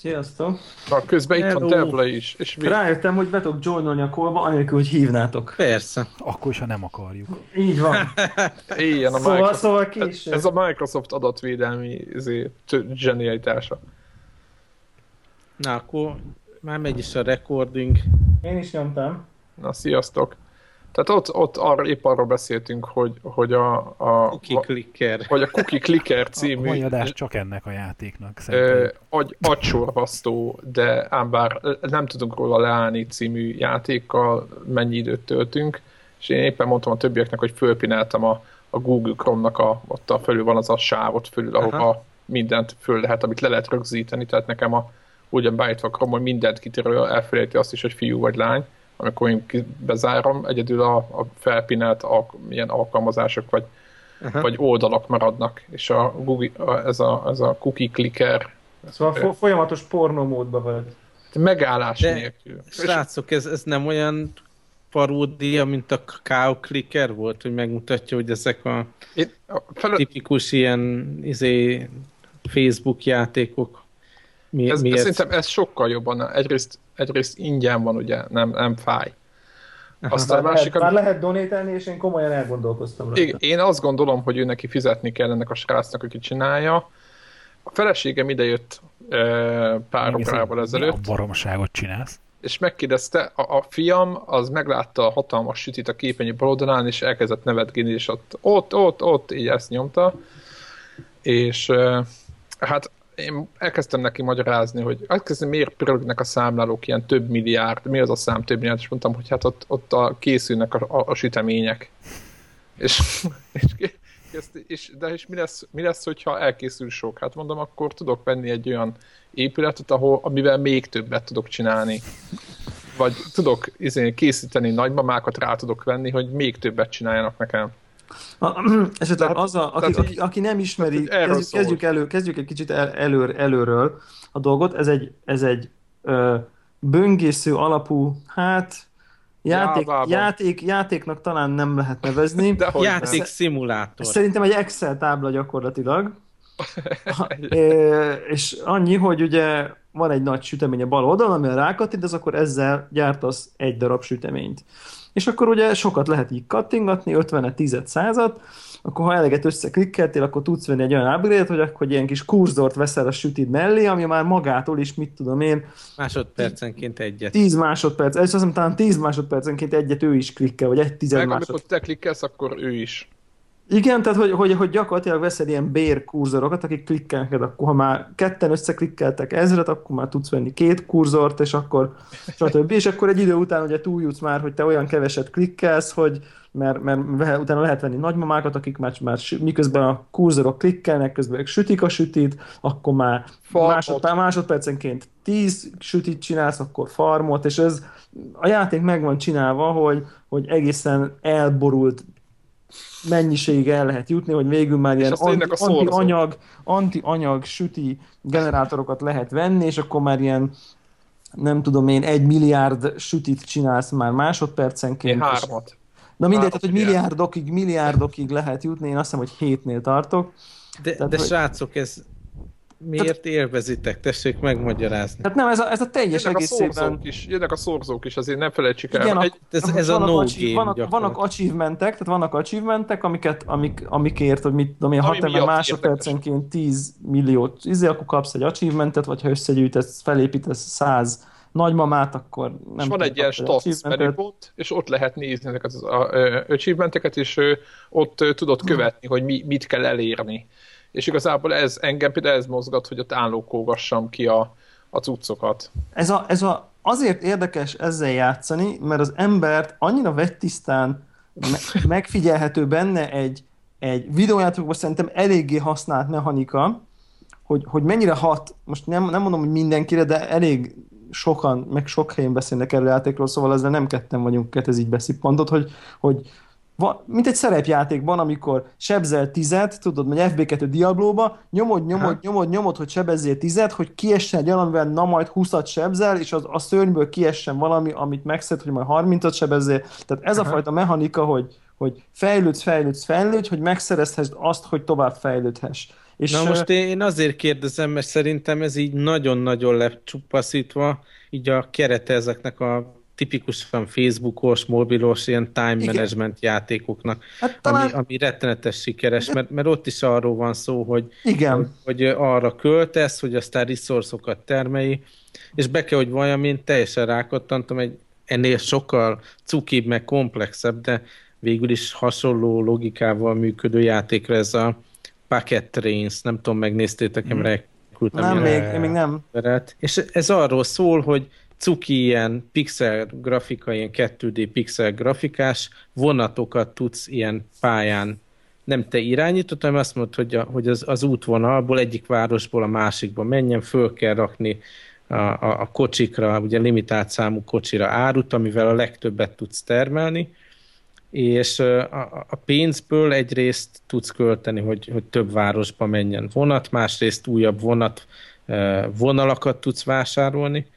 Sziasztok! Na, közben itt van Hello. Debla is, és mi? Rájöttem, hogy be tudok joinolni a callba, anélkül, hogy hívnátok. Persze. Akkor is, ha nem akarjuk. Így van. Éljen a Szóval, Microsoft. szóval Ez később. a Microsoft adatvédelmi zsenialitása. Na, akkor már megy is a recording. Én is nyomtam. Na, sziasztok! Tehát ott épp arról beszéltünk, hogy Cookie clicker. hogy a Cookie Clicker A című mai adás csak ennek a játéknak szerintem. agysorvasztó, de ám bár nem tudunk róla leállni című játékkal mennyi időt töltünk, és én éppen mondtam a többieknek, hogy fölpináltam a Google Chrome-nak ott a fölül van az a sávot fölül, ahova mindent föl lehet, amit le lehet rögzíteni, tehát nekem ugyan beállítva a Chrome, hogy mindent kitöröl, elfelejti azt is, hogy fiú vagy lány, amikor én bezárom, egyedül a felpinált ilyen alkalmazások vagy oldalak maradnak, és a Google, ez a cookie clicker Szóval folyamatos pornómódban vagy. megállás De, nélkül. srácok, ez nem olyan paródia, mint a Cow Clicker volt, hogy megmutatja, hogy ezek a tipikus ilyen Facebook játékok miért... Szerintem ez sokkal jobban, egyrészt ingyen van, ugye, nem fáj. Aztán Már lehet donételni, és én komolyan elgondolkoztam rajta. Én azt gondolom, hogy ő neki fizetni kell ennek a srácnak, aki csinálja. A feleségem idejött pár órával ezelőtt. A baromságot csinálsz. És megkérdezte, a fiam az meglátta a hatalmas sütit a képernyő bal oldalán, és elkezdett nevetgélni, és ott, így ezt nyomta. És hát én elkezdtem neki magyarázni, hogy miért pörögnek a számlálók ilyen több milliárd, mi az a szám több milliárd, és mondtam, hogy hát ott készülnek a sütemények. És mi lesz, hogyha elkészül sok? Hát mondom, akkor tudok venni egy olyan épületet, amivel még többet tudok csinálni. Vagy tudok készíteni nagymamákat, rá tudok venni, hogy még többet csináljanak nekem. Esetleg aki nem ismeri, kezdjük egy kicsit előről a dolgot. Ez egy böngésző alapú, hát játéknak talán nem lehet nevezni. Játékszimulátor. Szerintem egy Excel tábla gyakorlatilag. És annyi, hogy ugye van egy nagy sütemény a bal oldalon, amire rákattintasz, akkor ezzel gyártasz egy darab süteményt. És akkor ugye sokat lehet így kattingatni, 50-et, 10-et, 100-at, akkor ha eleget összeklikkeltél, akkor tudsz venni egy olyan upgrade-et, hogy akkor ilyen kis kurzort veszel a sütid mellé, ami már magától is, mit tudom én, másodpercenként egyet. 10 másodperc, és azt hiszem talán 10 másodpercenként egyet ő is klikkel, vagy egy 10 másodperc. Amikor te klikkelsz, akkor ő is. Igen, tehát hogy gyakorlatilag veszed ilyen bér kurzorokat, akik klikkelnek, akkor ha már ketten összeklikkeltek 1000-et, akkor már tudsz venni 2 kurzort, és akkor stb. És akkor egy idő után ugye túljutsz már, hogy te olyan keveset klikkelsz, hogy mert utána lehet venni nagymamákat, akik már miközben a kurzorok klikkelnek, közben sütik a sütit, akkor már másodpercenként 10 sütit csinálsz, akkor farmot, és ez a játék meg van csinálva, hogy egészen elborult mennyiségig el lehet jutni, hogy végül már ilyen anti-anyag süti generátorokat lehet venni, és akkor már ilyen, nem tudom én, 1 milliárd sütit csinálsz már másodpercenként. 3-at. Na mindegy, tehát hogy milliárdokig lehet jutni, én azt hiszem, hogy 7-nél tartok. De srácok, ez miért élvezitek? Tessék megmagyarázni. Tehát nem, ez a teljes egészében... Jönnek a szorzók is, azért nem felejtsük el. Igen, ez a no game vannak achievementek, amikért, hogy mit tudom én, 60 másodpercenként 10 milliót, akkor kapsz egy achievementet, vagy ha összegyűjtesz, felépítesz 100 nagymamát, akkor nem. Van egy ilyen stats menüpont, és ott lehet nézni ezeket az achievementeket, és ott tudod követni, hogy mit kell elérni. És igazából engem például ez mozgat, hogy ott állókógassam ki a cuccokat. Azért érdekes ezzel játszani, mert az embert annyira vegytisztán megfigyelhető benne egy videójátékokban szerintem eléggé használt mechanika, hogy mennyire hat, most nem mondom, hogy mindenkire, de elég sokan, meg sok helyen beszélnek erről a játékról, szóval ezzel nem ketten vagyunk, ez így beszippantott, hogy mint egy szerepjátékban, amikor sebzel 10-et, tudod, hogy FB2 Diablóba, nyomod, hogy sebezzél 10-et, hogy kiessen egy valamivel, na majd 20-at sebzel, és a szörnyből kiessen valami, amit megszed, hogy majd 30-at sebezzél. Tehát ez a fajta mechanika, hogy fejlődsz, hogy megszerezhessd azt, hogy tovább fejlődhess. És na most én azért kérdezem, mert szerintem ez így nagyon-nagyon lecsupaszítva, így a kerete ezeknek a tipikusan Facebookos, mobilos, ilyen time management játékoknak, hát talán... ami rettenetes sikeres, mert ott is arról van szó, hogy arra költesz, hogy aztán resource-okat termelj, és be kell, hogy valljam, én teljesen rákattantam egy ennél sokkal cukibb, meg komplexebb, de végül is hasonló logikával működő játékra ez a Packet Trains, nem tudom, megnéztétek, Nem, még nem. És ez arról szól, hogy cuki ilyen pixel grafika, ilyen 2D pixel grafikás vonatokat tudsz ilyen pályán, nem te irányítod, hanem azt mondod, hogy az útvonalból egyik városból a másikba menjen, föl kell rakni a kocsikra, ugye limitált számú kocsira árut, amivel a legtöbbet tudsz termelni, és a pénzből egyrészt tudsz költeni, hogy több városba menjen vonat, másrészt újabb vonalakat tudsz vásárolni,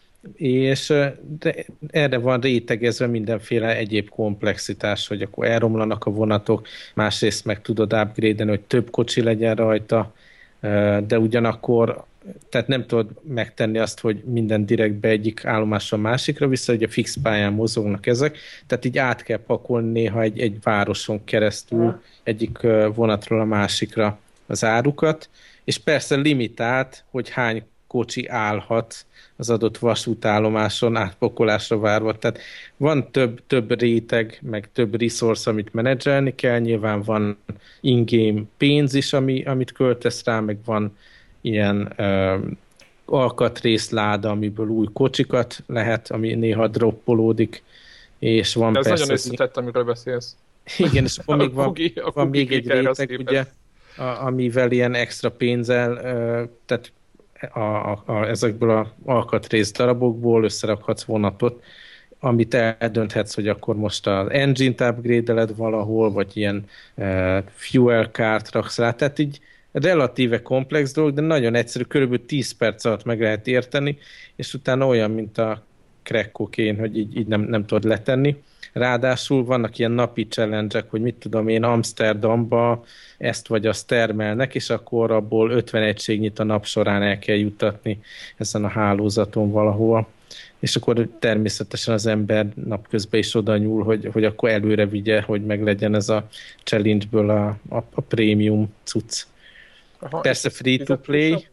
és erre van rétegezve mindenféle egyéb komplexitás, hogy akkor elromlanak a vonatok, másrészt meg tudod upgrade-elni, hogy több kocsi legyen rajta, de ugyanakkor tehát nem tudod megtenni azt, hogy minden direktbe egyik állomásra másikra vissza, hogy a fix pályán mozognak ezek, tehát így át kell pakolni néha egy városon keresztül egyik vonatról a másikra az árukat, és persze limitált, hogy hány kocsi állhat az adott vasútállomáson átpakolásra várva. Tehát van több réteg, meg több resource, amit menedzselni kell, nyilván van in-game pénz is, amit költesz rá, meg van ilyen alkatrészláda, amiből új kocsikat lehet, ami néha droppolódik, és van de ez persze... nagyon összetett, amiről beszélsz. Igen, és akkor még van még egy réteg, ugye, amivel ilyen extra pénzzel, tehát ezekből az alkatrész darabokból összerakhatsz vonatot, amit eldönthetsz, hogy akkor most az engine-t upgrade-eled valahol, vagy ilyen fuel card raksz rá, tehát így relatíve komplex dolog, de nagyon egyszerű, körülbelül 10 perc alatt meg lehet érteni, és utána olyan, mint a crack cocaine, hogy így nem tudod letenni. Ráadásul vannak ilyen napi challenge-ek, hogy mit tudom én, Amsterdamba ezt vagy azt termelnek, és akkor abból 50 egységnyit a nap során el kell juttatni ezen a hálózaton valahol. És akkor természetesen az ember napközben is oda nyúl, hogy akkor előre vigye, hogy meg legyen ez a challenge-ből a prémium cucc. Aha, persze free-to-play,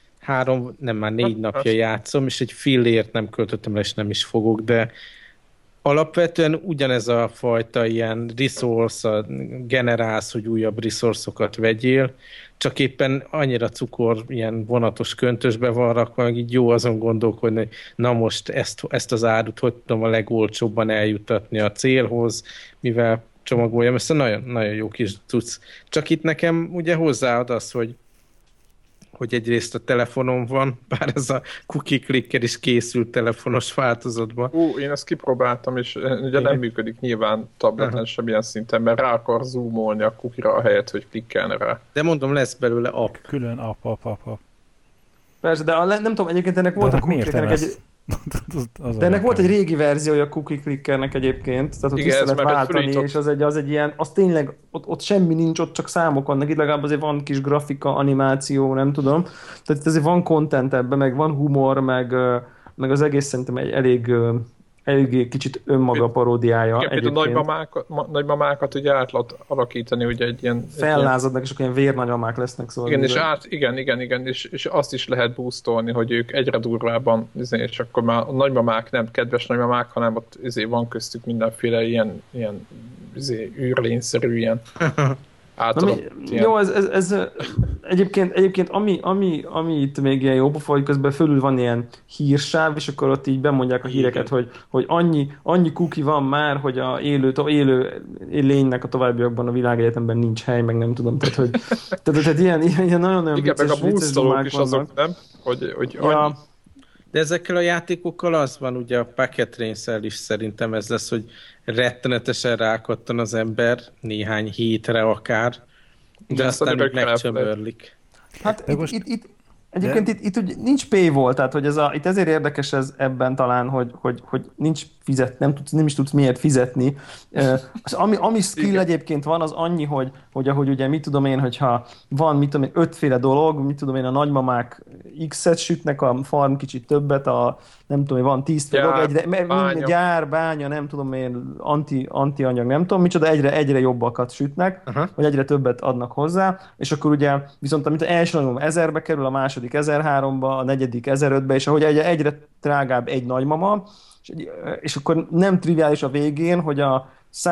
már 4 napja játszom, és egy fillért nem költöttem le, és nem is fogok, de alapvetően ugyanez a fajta ilyen resource, generálsz, hogy újabb resource-okat vegyél, csak éppen annyira cukor ilyen vonatos köntösbe van rakva, meg így jó azon gondolkodni, hogy na most ezt az árut hogy tudom a legolcsóbban eljutatni a célhoz, mivel csomagoljam, ezt nagyon, nagyon jó kis tudsz. Csak itt nekem ugye hozzáad az, hogy egyrészt a telefonom van, bár ez a cookie clicker is készült telefonos változatban. Én ezt kipróbáltam, és ugye nem működik nyilván tableten semmilyen szinten, mert rá akar zoomolni a cookie-ra a helyet, hogy klikkelne rá. De mondom, lesz belőle app. Külön app. Persze, de nem tudom, egyébként ennek volt a cookie clickernek egy... De ennek volt egy régi verziója a cookie clickernek egyébként, tehát ott vissza lehet váltani, és az egy ilyen, az tényleg, ott semmi nincs, ott csak számok vannak, itt legalább azért van kis grafika, animáció, nem tudom, tehát azért van content ebben, meg van humor, meg az egész szerintem egy eléggé kicsit önmaga paródiája. Igen, például nagymamákat ugye át lehet alakítani, ugye egy ilyen... Fellázadnak, és akkor ilyen vérnagyamák lesznek, szóval... Igen, és azt is lehet boostolni, hogy ők egyre durvábban, és akkor már a nagymamák nem kedves nagymamák, hanem ott van köztük mindenféle ilyen űrlényszerű ilyen... Jó, ez egyébként ami itt még ilyen jó pofa, hogy közben fölül van ilyen hírsáv, és akkor ott így bemondják a híreket, hogy annyi cookie van már, hogy a élő lénynek a továbbiakban a világegyetemben nincs hely, meg nem tudom, tehát ilyen nagyon-nagyon igen, meg a boostolók is azok, nem? Ja. De ezekkel a játékokkal az van, ugye a Packet Trains-el is szerintem ez lesz, hogy rettenetesen rákattan az ember néhány hétre akár, de aztán így megcsömörlik. Hát Egyébként itt ugye nincs paywall, tehát hogy itt ezért érdekes ez ebben talán, hogy nincs nem is tudsz miért fizetni. Ami skill egyébként van, az annyi, hogy ahogy ugye mit tudom én, hogyha van mit tudom én, 5 dolog, mit tudom én, a nagymamák X-et sütnek, a farm kicsit többet, nem tudom én, van 10 dolog, minden gyár, bánya, nem tudom én, antianyag, nem tudom micsoda, egyre jobbakat sütnek, vagy egyre többet adnak hozzá, és akkor ugye viszont amit az első nagymama 1000-be kerül, a második 1003-ba, a negyedik 1005-be, és ahogy egyre drágább egy nagymama, és akkor nem triviális a végén, hogy a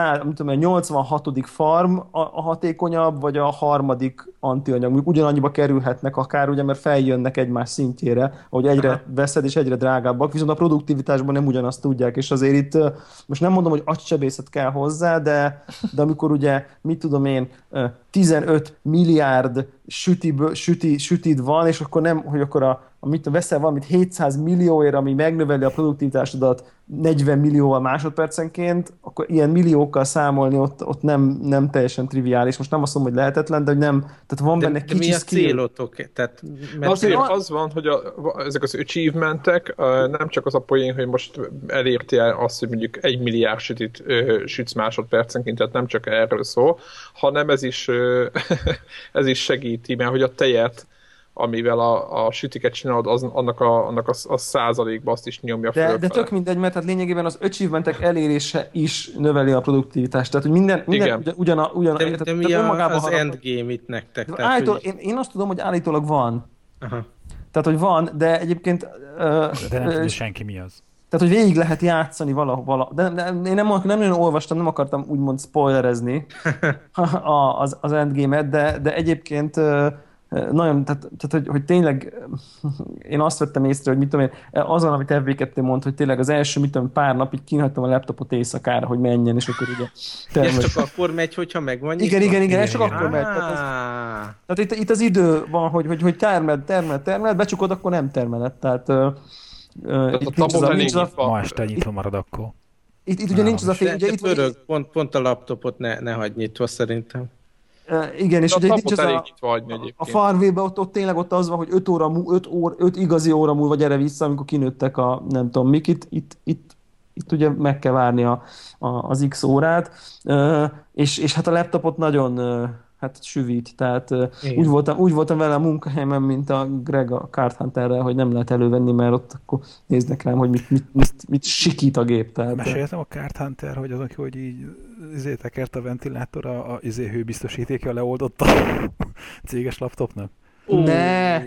86. farm a hatékonyabb, vagy a harmadik antianyag. Ugyanannyiba kerülhetnek akár, ugye, mert feljönnek egymás szintjére, ahogy egyre veszed és egyre drágábbak, viszont a produktivitásban nem ugyanazt tudják, és azért itt most nem mondom, hogy agysebészet kell hozzá, de amikor ugye, mit tudom én, 15 milliárd sütid van, és akkor nem, hogy akkor veszel valamit 700 millióért, ami megnöveli a produktivitásodat 40 millióval másodpercenként, akkor ilyen milliókkal számolni ott nem teljesen triviális. Most nem azt mondom, hogy lehetetlen, de hogy nem, tehát van benne kicsi mi a célotok? Azért az van, hogy ezek az achievementek nem csak az a poén, hogy most elértél azt, hogy mondjuk 1 milliárd sütit sütsz másodpercenként, tehát nem csak erről szól, hanem ez is segíti, mert hogy a tejet, amivel a sütiket csinálod, annak a százalékba azt is nyomja föl. De tök mindegy, mert hát lényegében az achievementek elérése is növeli a produktivitást. Tehát, hogy minden ugyan de mi az endgame itt nektek? Én azt tudom, hogy állítólag van. Aha. Tehát, hogy van, de egyébként... De nem tudja senki mi az. Tehát, hogy végig lehet játszani valahol. De én nem nagyon olvastam, nem akartam úgymond spoilerezni az endgame-et, de egyébként nagyon, tehát hogy tényleg én azt vettem észre, hogy mit tudom én, azon, amit FB2 mond, hogy tényleg az első, mit tudom, pár napig kihagytam a laptopot éjszakára, hogy menjen, és akkor ugye... Ez csak akkor megy, hogyha megvan? Igen, ez csak akkor megy. Tehát itt az idő van, hogy termel, becsukod, akkor nem termeled. Tehát ma este nyitva marad akkor. Itt ugye nincs az a fény... Pont a laptopot ne hagyd nyitva szerintem. Igen, és ugye nincs ez a Farmville-ben ott tényleg ott az van, hogy 5 igazi óra múlva gyere vissza, amikor kinőttek a nem tudom mik, itt ugye meg kell várni az X órát, és hát a laptopot nagyon süvít, tehát úgy voltam vele a munkahelyemen, mint a Greg a Card Hunterrel, hogy nem lehet elővenni, mert ott akkor néznek rám, hogy mit sikít a gép. Tehát, meséltem a Card Hunter, hogy azok, hogy így tekert a ventilátor, a hőbiztosítéka leoldott a céges laptopnak. Ne!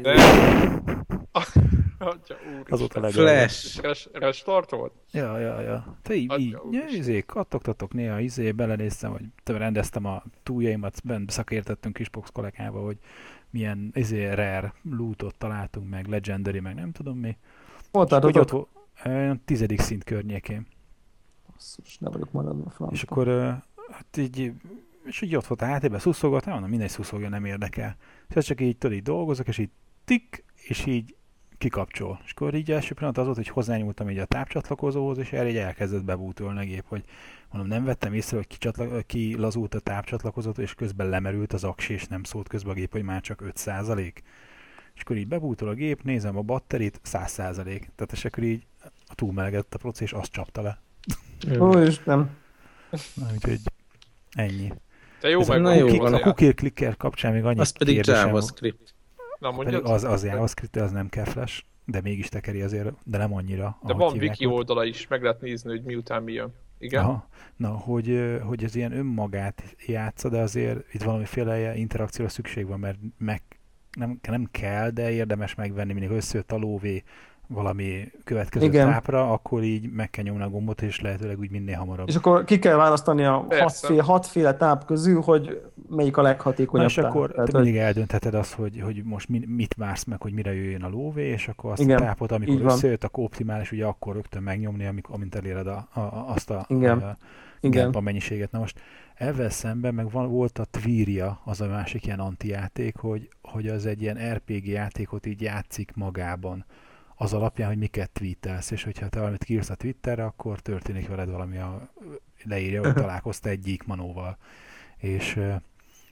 Azóta Flash! Restart volt? Ja. Te így kattogtatok néha, belenéztem, hogy rendeztem a túljaimat, bent szakértettünk Xbox kollégával, hogy milyen rare lootot találtunk meg, legendary, meg nem tudom mi. Hol tartotok? 10. szint környékén. Basszus, ne vagyok maradva francia. És akkor hát így ott volt a háttérben, szuszolgat, mondom, mindegy szuszolja, nem érdekel. És ez csak így dolgozok, és így tik, és így kikapcsol. És akkor így első pillanat az volt, hogy hozzányúltam így a tápcsatlakozóhoz, és erre így elkezdett bebútolni a gép, hogy mondom, nem vettem észre, hogy kilazult a tápcsatlakozót, és közben lemerült az aksi, és nem szólt közben a gép, hogy már csak 5%. És akkor így bebútol a gép, nézem a batterit, 100%. Tehát és akkor így túlmelegedett a proci, és azt csapta le. Ó, Isten. Na, úgyhogy ennyi. De jó, a cookie clicker kapcsán még annyi az pedig JavaScript. Az JavaScript, az nem kell Flash, de mégis tekeri azért, de nem annyira. De van wiki oldala is, meg lehet nézni, hogy miután mi jön. Igen? Aha. Na, hogy ez ilyen önmagát játsza, de azért itt valamiféle interakcióra szükség van, mert nem kell, de érdemes megvenni, mindig összejött a lóvé valami következő tápra, akkor így meg kell nyomni a gombot, és lehetőleg úgy minél hamarabb. És akkor ki kell választani a 6 féle táp közül, hogy melyik a leghatékonyabb. És akkor te mindig eldöntheted azt, hogy most mit vársz meg, hogy mire jöjjön a lóvé, és akkor azt a tápot, amikor összejött, akkor optimális, ugye akkor rögtön megnyomni, amint eléred azt a a mennyiséget. Na most ezzel szemben meg volt a Twiria, az a másik ilyen antijáték, hogy az egy ilyen RPG játékot így játszik magában. Az alapján, hogy miket tweetelsz, és hogyha te valamit kiírsz a Twitterre, akkor történik veled valami, leírja, hogy találkozta egy gyíkmanóval. És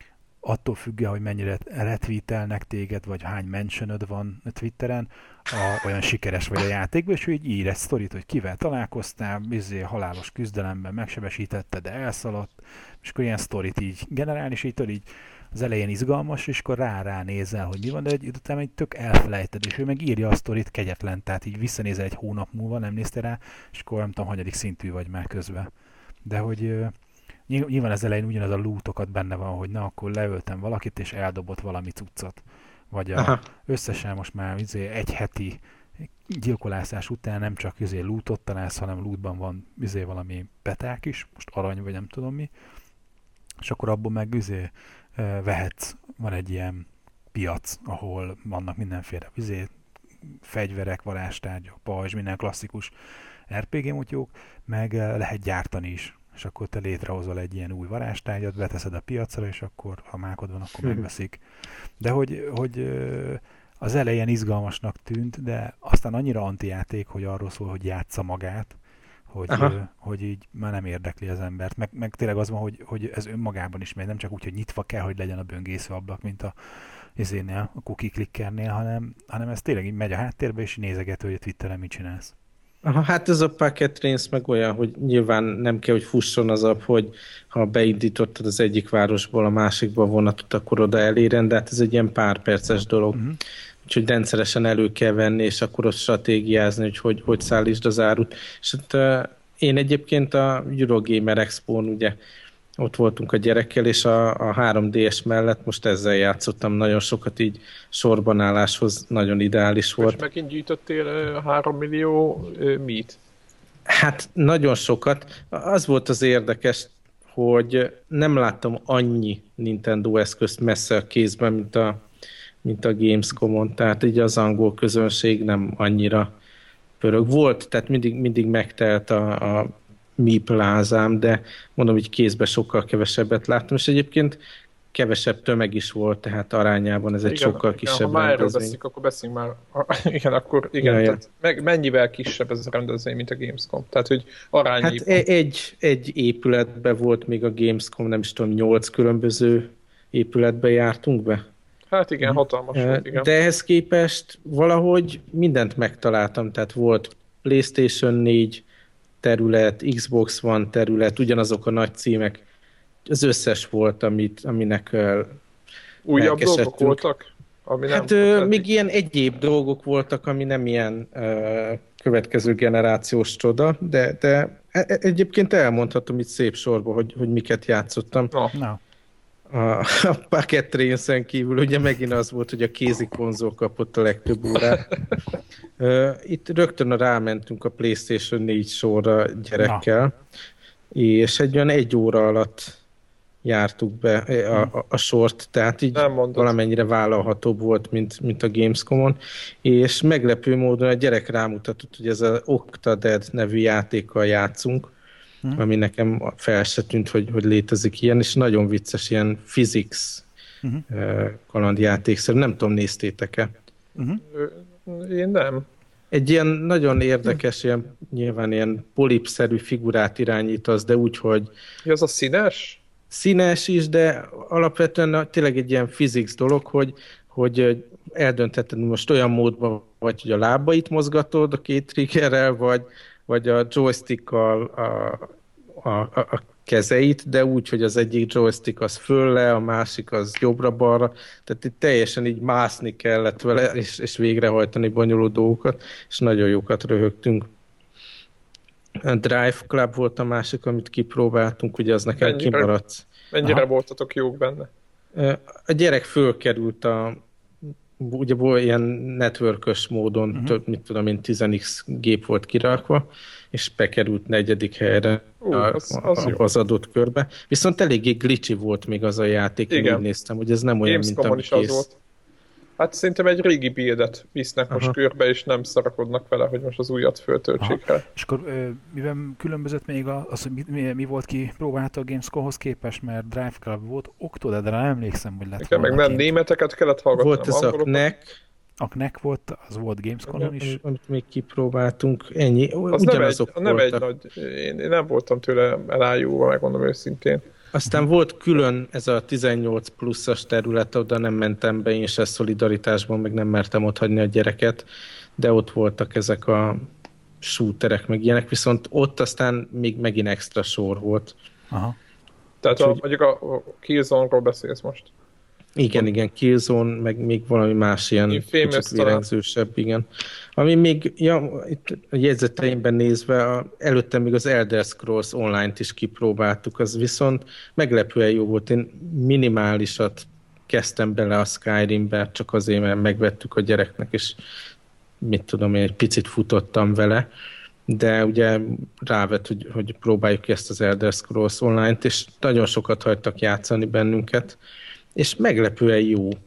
attól függően, hogy mennyire retweetelnek téged, vagy hány mentionöd van a Twitteren, olyan sikeres vagy a játékban, és ő így ír egy sztorit, hogy kivel találkoztál, halálos küzdelemben megsebesítette, de elszaladt, és akkor ilyen sztorit így generál, és így az elején izgalmas, és akkor ránézel, hogy mi van, de utána egy tök elfelejted, és ő meg írja a sztorit kegyetlen, tehát így visszanézel egy hónap múlva, nem néztél rá, és akkor nem tudom, hanyadik szintű vagy már közben. De hogy nyilván az elején ugyanaz a lootokat benne van, hogy na, akkor leöltem valakit, és eldobott valami cuccot. Vagy összesen most már egy heti gyilkolászás után nem csak lootot találsz, hanem lootban van valami peták is, most arany, vagy nem tudom mi, és akkor abból meg vehetsz, van egy ilyen piac, ahol vannak mindenféle fegyverek, varázstárgyak, pajzs, minden klasszikus RPG motyók, meg lehet gyártani is, és akkor te létrehozol egy ilyen új varázstárgyat, beteszed a piacra, és akkor ha mákod van, akkor megveszik. De hogy az elején izgalmasnak tűnt, de aztán annyira antijáték, hogy arról szól, hogy játsza magát, hogy így már nem érdekli az embert. Meg tényleg az van, hogy ez önmagában is megy, nem csak úgy, hogy nyitva kell, hogy legyen a böngésző ablak, mint a cookie clickernél, hanem ez tényleg így megy a háttérbe, és nézegető, hogy a Twitteren mit csinálsz. Hát ez a Packet Trains meg olyan, hogy nyilván nem kell, hogy fusson az app, hogy ha beindítottad az egyik városból a másikba a vonatot, akkor oda eléren, de hát ez egy ilyen pár perces dolog. Úgyhogy rendszeresen elő kell venni, és akkor ott stratégiázni, hogy szállítsd az árut. És hát én egyébként a Eurogamer Expo-n ugye ott voltunk a gyerekkel, és a 3DS mellett most ezzel játszottam nagyon sokat, így sorbanálláshoz nagyon ideális volt. És megint gyűjtöttél 3 millió mit? Hát nagyon sokat. Az volt az érdekes, hogy nem láttam annyi Nintendo eszközt messze a kézben, mint a Gamescom-on, tehát így az angol közönség nem annyira pörög. Volt, tehát mindig megtelt a Mi plázám, de mondom, hogy kézben sokkal kevesebbet láttam, és egyébként kevesebb tömeg is volt, tehát arányában ez egy sokkal kisebb ha már erről beszélünk, akkor beszéljünk már. Igen, tehát mennyivel kisebb ez a rendezvény, mint a Gamescom? Tehát, hogy arányaiban. Hát egy épületben volt még a Gamescom, nem is tudom, 8 különböző épületbe jártunk be. Hát igen, hatalmas volt, igen. De ehhez képest valahogy mindent megtaláltam, tehát volt PlayStation 4 terület, Xbox One terület, ugyanazok a nagy címek, az összes volt, aminek újabb dolgok voltak? Hát még ilyen egyéb dolgok voltak, ami nem ilyen következő generációs csoda, de egyébként elmondhatom itt szép sorba, hogy miket játszottam. A Packet Trains-en kívül ugye megint az volt, hogy a kézi konzol kapott a legtöbb órát. Itt rögtön rámentünk a PlayStation 4 sorra gyerekkel, és egy olyan 1 óra alatt jártuk be a sort, tehát így valamennyire vállalhatóbb volt, mint a Gamescom-on, és meglepő módon a gyerek rámutatott, hogy ez az Octodad nevű játékkal játszunk, ami nekem fel se tűnt, hogy létezik ilyen, és nagyon vicces, ilyen physics kalandjátékszerű. Nem tudom, néztétek-e? Én nem. Egy ilyen nagyon érdekes, nyilván ilyen polipszerű figurát irányítasz, de úgy, hogy... Ez a színes? Színes is, de alapvetően tényleg egy ilyen physics dolog, hogy eldöntheted, most olyan módban vagy, hogy a lábait mozgatod a két triggerrel, vagy a joystickkal a kezeit, de úgy, hogy az egyik joystick az fölle, a másik az jobbra-balra, tehát itt teljesen így mászni kellett vele, és végrehajtani bonyolult dolgokat, és nagyon jókat röhögtünk. A Drive Club volt a másik, amit kipróbáltunk, ugye az nekem kimaradt. Mennyire voltatok jók benne? A gyerek fölkerült ugye ilyen networkös módon, több, mit tudom én, 10x gép volt kirakva, és bekerült 4. helyre az adott körbe. Viszont eléggé glitchy volt még az a játék, én úgy néztem, hogy ez nem olyan, mint ami kész. Hát szerintem egy régi buildet visznek most körbe, és nem szarakodnak vele, hogy most az újat föltöltsék el. És akkor mivel különbözött még az, hogy mi volt ki próbálta a Gamescom-hoz képest, mert Drive Club volt, Octodadra nem emlékszem, hogy lett igen, meg nem németeket kellett hallgatni. Volt ez a Knack. A Knack volt, az volt Gamescom-on is. Amit még kipróbáltunk, ennyi. Az nem egy nagy, én nem voltam tőle elájúva, megmondom őszintén. Aztán volt külön ez a 18 pluszas terület, oda nem mentem be, én se szolidaritásban, meg nem mertem otthagyni a gyereket, de ott voltak ezek a shooterek, meg ilyenek, viszont ott aztán még megint extra sor volt. Aha. Tehát mondjuk a Killzone-ról beszélsz most. Igen, Killzone, meg még valami más ilyen kicsit vérengzősebb, igen. Ami még, itt a jegyzeteimben nézve, előtte még az Elder Scrolls Online-t is kipróbáltuk, az viszont meglepően jó volt. Én minimálisat kezdtem bele a Skyrimbe, csak azért, mert megvettük a gyereknek, és mit tudom én, egy picit futottam vele, de ugye rávett, hogy próbáljuk ezt az Elder Scrolls Online-t, és nagyon sokat hagytak játszani bennünket, és meglepően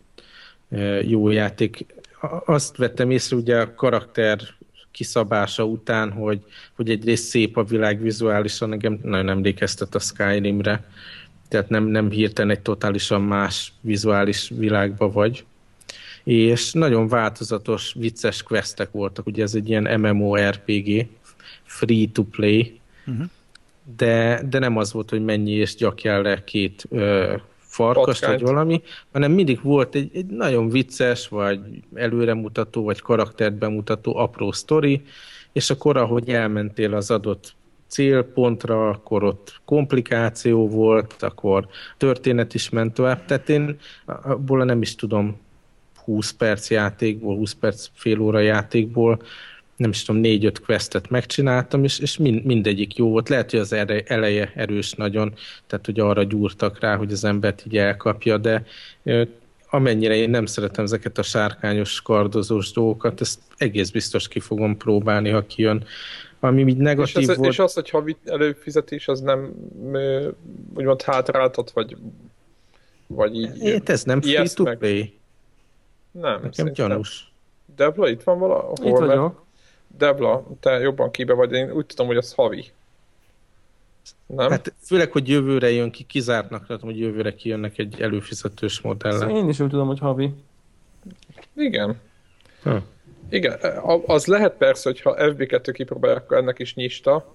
jó játék. Azt vettem észre ugye a karakter kiszabása után, hogy egyrészt szép a világ vizuálisan, engem nagyon emlékeztet a Skyrimre, tehát nem hirtelen egy totálisan más vizuális világba vagy. És nagyon változatos, vicces questek voltak, ugye ez egy ilyen MMORPG, free to play, de nem az volt, hogy mennyi és gyakjál le két farkast, vagy valami, hanem mindig volt egy nagyon vicces, vagy előremutató, vagy karaktert bemutató apró sztori, és akkor, ahogy elmentél az adott célpontra, akkor ott komplikáció volt, akkor történet is ment tovább. Tehát én abból nem is tudom 20 perc játékból, 20 perc fél óra játékból, nem is tudom, 4-5 questet megcsináltam, és mindegyik jó volt. Lehet, hogy az eleje erős nagyon, tehát hogy arra gyúrtak rá, hogy az embert így elkapja, de amennyire én nem szeretem ezeket a sárkányos, kardozós dolgokat, ezt egész biztos ki fogom próbálni, ha kijön. Ami így negatív volt. És az, hogy havi előfizetés, az nem úgymond hátráltat, vagy így... Ez nem free to play? Nem, nekem gyanús. Debla, itt van valahol? Itt vagyok. Debla, te jobban kibe vagy, én úgy tudom, hogy az havi. Nem? Hát főleg, hogy jövőre jön ki, kizártnak látom, hogy jövőre kijönnek egy előfizetős modellel. Én is úgy tudom, hogy havi. Igen. Igen, az lehet persze, hogyha FB2 kipróbálják, akkor ennek is nyista.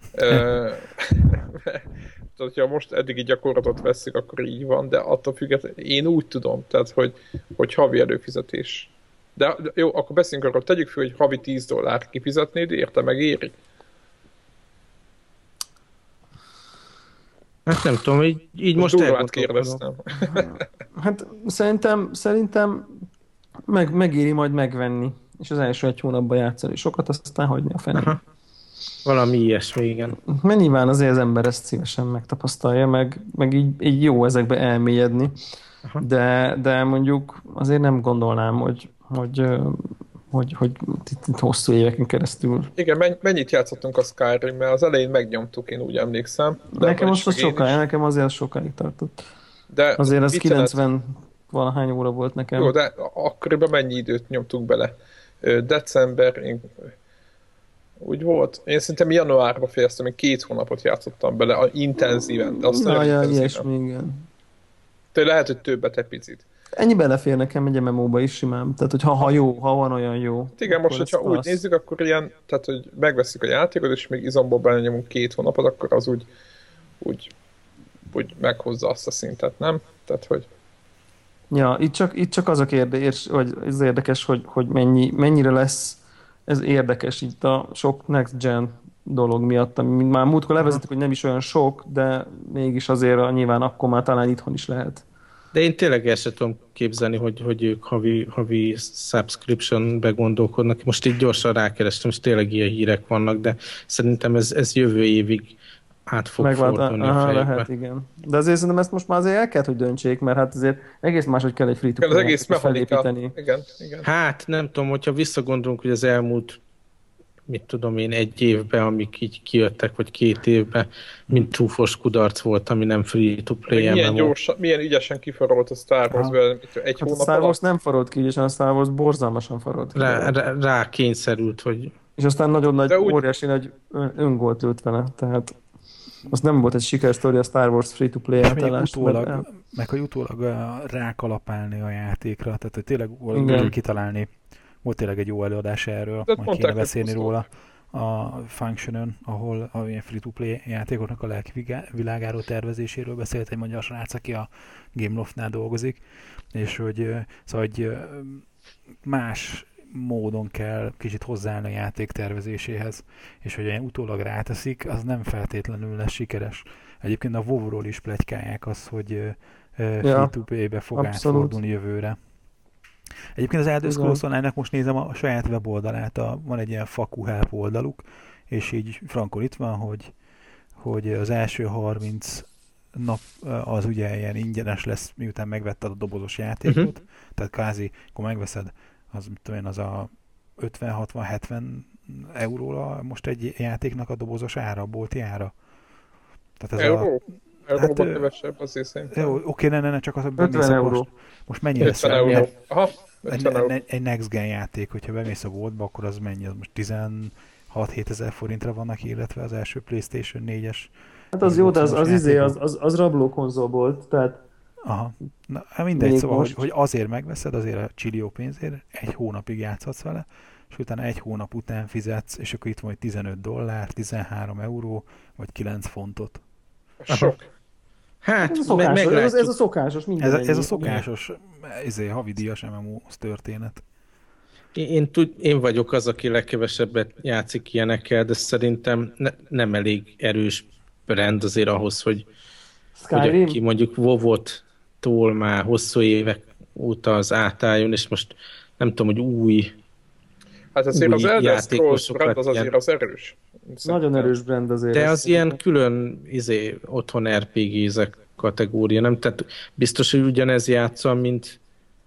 hogyha most eddigi gyakorlatot veszik, akkor így van, de attól függetlenül én úgy tudom, tehát, hogy havi előfizetés. De jó, akkor beszéljünk arról, tegyük fel, hogy havi $10 kifizetnéd, érte megéri? Hát nem tudom, így most kérdeztem. Hát szerintem megéri majd megvenni, és az első 1 hónapban játszani sokat, aztán hagyni a fenébe. Valami ilyesmi, igen. Mert nyilván azért az ember ezt szívesen megtapasztalja, meg így jó ezekbe elmélyedni, de mondjuk azért nem gondolnám, hogy hosszú éveken keresztül. Igen, mennyit játszottunk a Skyrim-mel? Az elején megnyomtuk, én úgy emlékszem. Nekem nekem azért sokáig tartott. De azért az 90 valahány óra volt nekem. Jó, de akkoriban mennyi időt nyomtuk bele? December, úgy volt. Én szerintem januárban fejeztem, én 2 hónapot játszottam bele, intenzíven. De azt ilyesmi, igen. Tehát lehet, hogy többet egy picit. Ennyi belefér nekem egy MMO-ba is simán. Tehát, hogy ha van olyan jó. Igen, most, hogyha úgy nézzük, akkor ilyen, tehát, hogy megveszik a játékot, és még izomból belenyomunk 2 hónapot, akkor az úgy meghozza azt a szintet, nem? Tehát, hogy... Ja, itt csak az a kérdés, hogy ez érdekes, hogy mennyire lesz ez érdekes itt a sok next gen dolog miatt, ami már múltkor levezettük, hogy nem is olyan sok, de mégis azért nyilván akkor már talán itthon is lehet. De én tényleg el sem tudom képzelni, hogy ők havi subscription-be gondolkodnak. Most így gyorsan rákerestem, és tényleg ilyen hírek vannak, de szerintem ez jövő évig át fog fordulni a fejükbe. Lehet, igen. De azért szerintem ezt most már azért el kell, hogy döntsék, mert hát azért egész máshogy kell egy free-to-play felépíteni. Igen. Hát nem tudom, hogyha visszagondolunk, hogy az elmúlt mit tudom én, 1 évben, amik így kijöttek, vagy 2 évben, mint csúfos kudarc volt, ami nem free-to-play. Milyen ügyesen kifarolt a Star Wars egy hónap a Star Wars nem farolt ki ügyesen, a Star Wars borzalmasan farolt ki. Rá kényszerült, hogy... És aztán nagyon nagy, óriási nagy öngolt lőtt vele, tehát az nem volt egy sikersztori a Star Wars free-to-play átállás. Meg hogy utólag rákalapálni a játékra, tehát hogy tényleg kitalálni. Volt tényleg egy jó előadás erről, majd kéne beszélni róla, a Functionön, ahol a free-to-play játékoknak a lelki világáról tervezéséről beszélt egy magyar srác, aki a Gameloftnál dolgozik, és hogy, szóval, hogy más módon kell kicsit hozzáállni a játék tervezéséhez, és hogy olyan utólag ráteszik, az nem feltétlenül lesz sikeres. Egyébként a WoW-ról is pletykálják azt, hogy free-to-play-be fog átfordulni jövőre. Egyébként az Elder Scrolls Online-nak most nézem a saját weboldalát, van egy ilyen Faku Help oldaluk, és így frankon itt van, hogy az első 30 nap az ugye ilyen ingyenes lesz, miután megvetted a dobozos játékot, tehát kvázi, akkor megveszed, az mit tudom én, az a 50-60-70 euróra most egy játéknak a dobozos ára, a bolti ára. Tehát ez Euróban kevesebb, azért szerintem. Oké, ne, csak az, hogy 50 euró. Most mennyi lesz? 50 euró. Aha, 50 euró. Egy Next Gen játék, hogyha bemész a Goldba, akkor az mennyi? Az most 16-7 ezer forintra vannak, illetve az első PlayStation 4-es. Hát az jó, de az rabló konzol volt, tehát... Aha. Na, mindegy, szóval, hogy azért megveszed, azért a csillió pénzért, egy hónapig játszhatsz vele, és utána egy hónap után fizetsz, és akkor itt van $15, 13 euró, vagy 9 fontot. Sok. Hát, ez a szokásos minden. Ez a szokásos havidíjas MMO történet. Én vagyok az, aki legkevesebbet játszik ilyenekkel, de szerintem nem elég erős brand azért ahhoz, hogy aki mondjuk WoW-tól már hosszú évek óta az átálljon, és most nem tudom, hogy új hát azért az Elder Scrolls brand az azért az erős. Nagyon erős brand azért. De az ilyen külön otthon RPG-zek kategória, nem? Tehát biztos, hogy ugyanez játszol, mint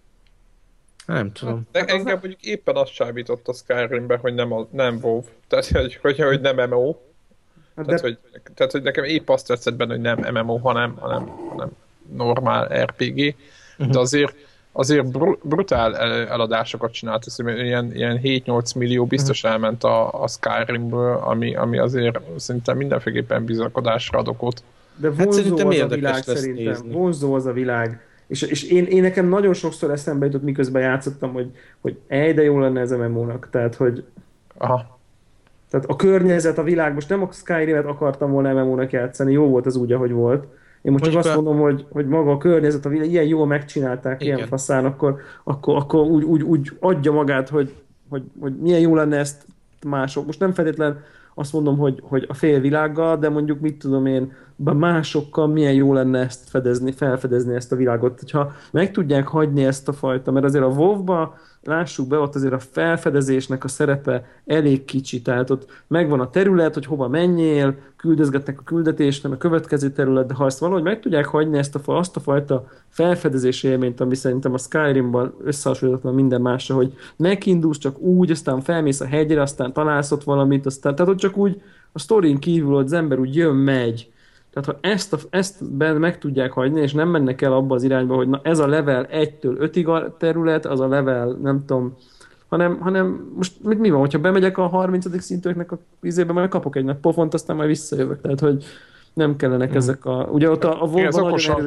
nem tudom. De engem mondjuk éppen azt csábított a Skyrimben, hogy nem WoW. Tehát, hogy nem MMO. Tehát, hogy nekem épp azt tetszett benne, hogy nem MMO, hanem normál RPG. De azért brutál eladásokat csinált, ilyen 7-8 millió biztos elment a Skyrimből, ami azért szerintem mindenféleképpen bizakodásra ad okot. De vonzó az a világ szerintem. Vonzó az a világ. És én nekem nagyon sokszor eszembe jutott, miközben játszottam, hogy de jó lenne ez MMO-nak. Tehát, hogy... Aha. Tehát a környezet, a világ, most nem a Skyrim-et akartam volna MMO-nak játszani, jó volt az úgy, ahogy volt. Én most csak azt mondom, hogy maga a környezet, a világ, ilyen jól megcsinálták, igen. Ilyen faszán, akkor úgy adja magát, hogy milyen jó lenne ezt mások. Most nem feltétlen azt mondom, hogy a fél világgal, de mondjuk mit tudom én, másokkal milyen jó lenne ezt felfedezni ezt a világot. Hogyha meg tudják hagyni ezt a fajta, mert azért a WoW-ba lássuk be, ott azért a felfedezésnek a szerepe elég kicsi, tehát ott megvan a terület, hogy hova menjél, küldözgetnek a küldetést, nem a következő terület, de ha ezt valahogy meg tudják hagyni azt a fajta felfedezési élményt, ami szerintem a Skyrimban összehasonlítatlan minden másra, hogy megindulsz csak úgy, aztán felmész a hegyre, aztán találsz ott valamit, aztán, tehát ott csak úgy a sztorin kívül az ember úgy jön, megy. Tehát ha ezt meg tudják hagyni, és nem mennek el abba az irányba, hogy na ez a level 1-től 5-ig a terület, az a level, nem tudom, hanem most mi van, hogyha bemegyek a 30. szintőknek a izébe, majd kapok egy nagy pofont, aztán majd visszajövök. Tehát, hogy nem kellenek ezek a... Ugye ott a WoW-ban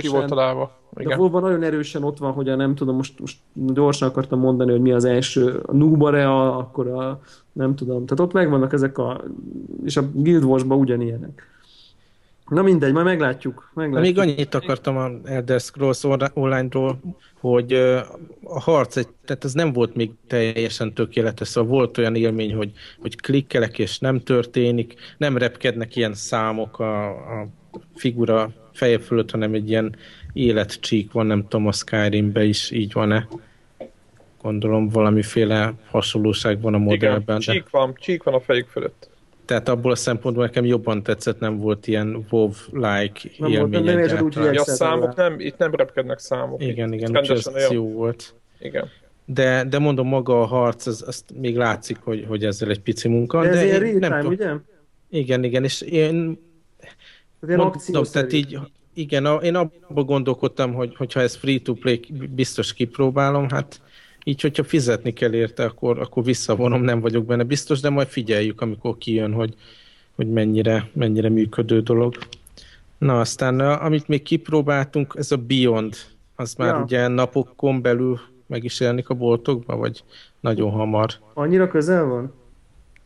nagyon erősen ott van, hogy nem tudom, most gyorsan akartam mondani, hogy mi az első, a Nubarea, akkor a nem tudom, tehát ott megvannak ezek és a Guild Wars-ban ugyanilyenek. Na mindegy, majd meglátjuk. Még annyit akartam a Elder Scrolls Online-ról, hogy a harc, tehát ez nem volt még teljesen tökéletes, szóval volt olyan élmény, hogy klikkelek és nem történik, nem repkednek ilyen számok a figura feje fölött, hanem egy ilyen életcsík van, nem tudom, a Skyrimben is így van-e. Gondolom valamiféle hasonlóság van a modellben. Igen, csík van a fejük fölött. Tehát abból a szempontból nekem jobban tetszett, nem volt ilyen WoW-like élmény egyáltalán. A számok itt nem repkednek számok. Igen, úgyhogy ez jó volt. Igen. De mondom, maga a harc, azt még látszik, hogy ezzel egy pici munka. De ez ilyen real-time, ugye? Igen, és én mondom, tehát így, igen, én abban gondolkodtam, hogyha ez free-to-play biztos kipróbálom, hát így, hogyha fizetni kell érte, akkor visszavonom, nem vagyok benne biztos, de majd figyeljük, amikor kijön, hogy mennyire működő dolog. Na, aztán amit még kipróbáltunk, ez a Beyond, az már ugye napokon belül meg is jelenik a boltokba, vagy nagyon hamar? Annyira közel van?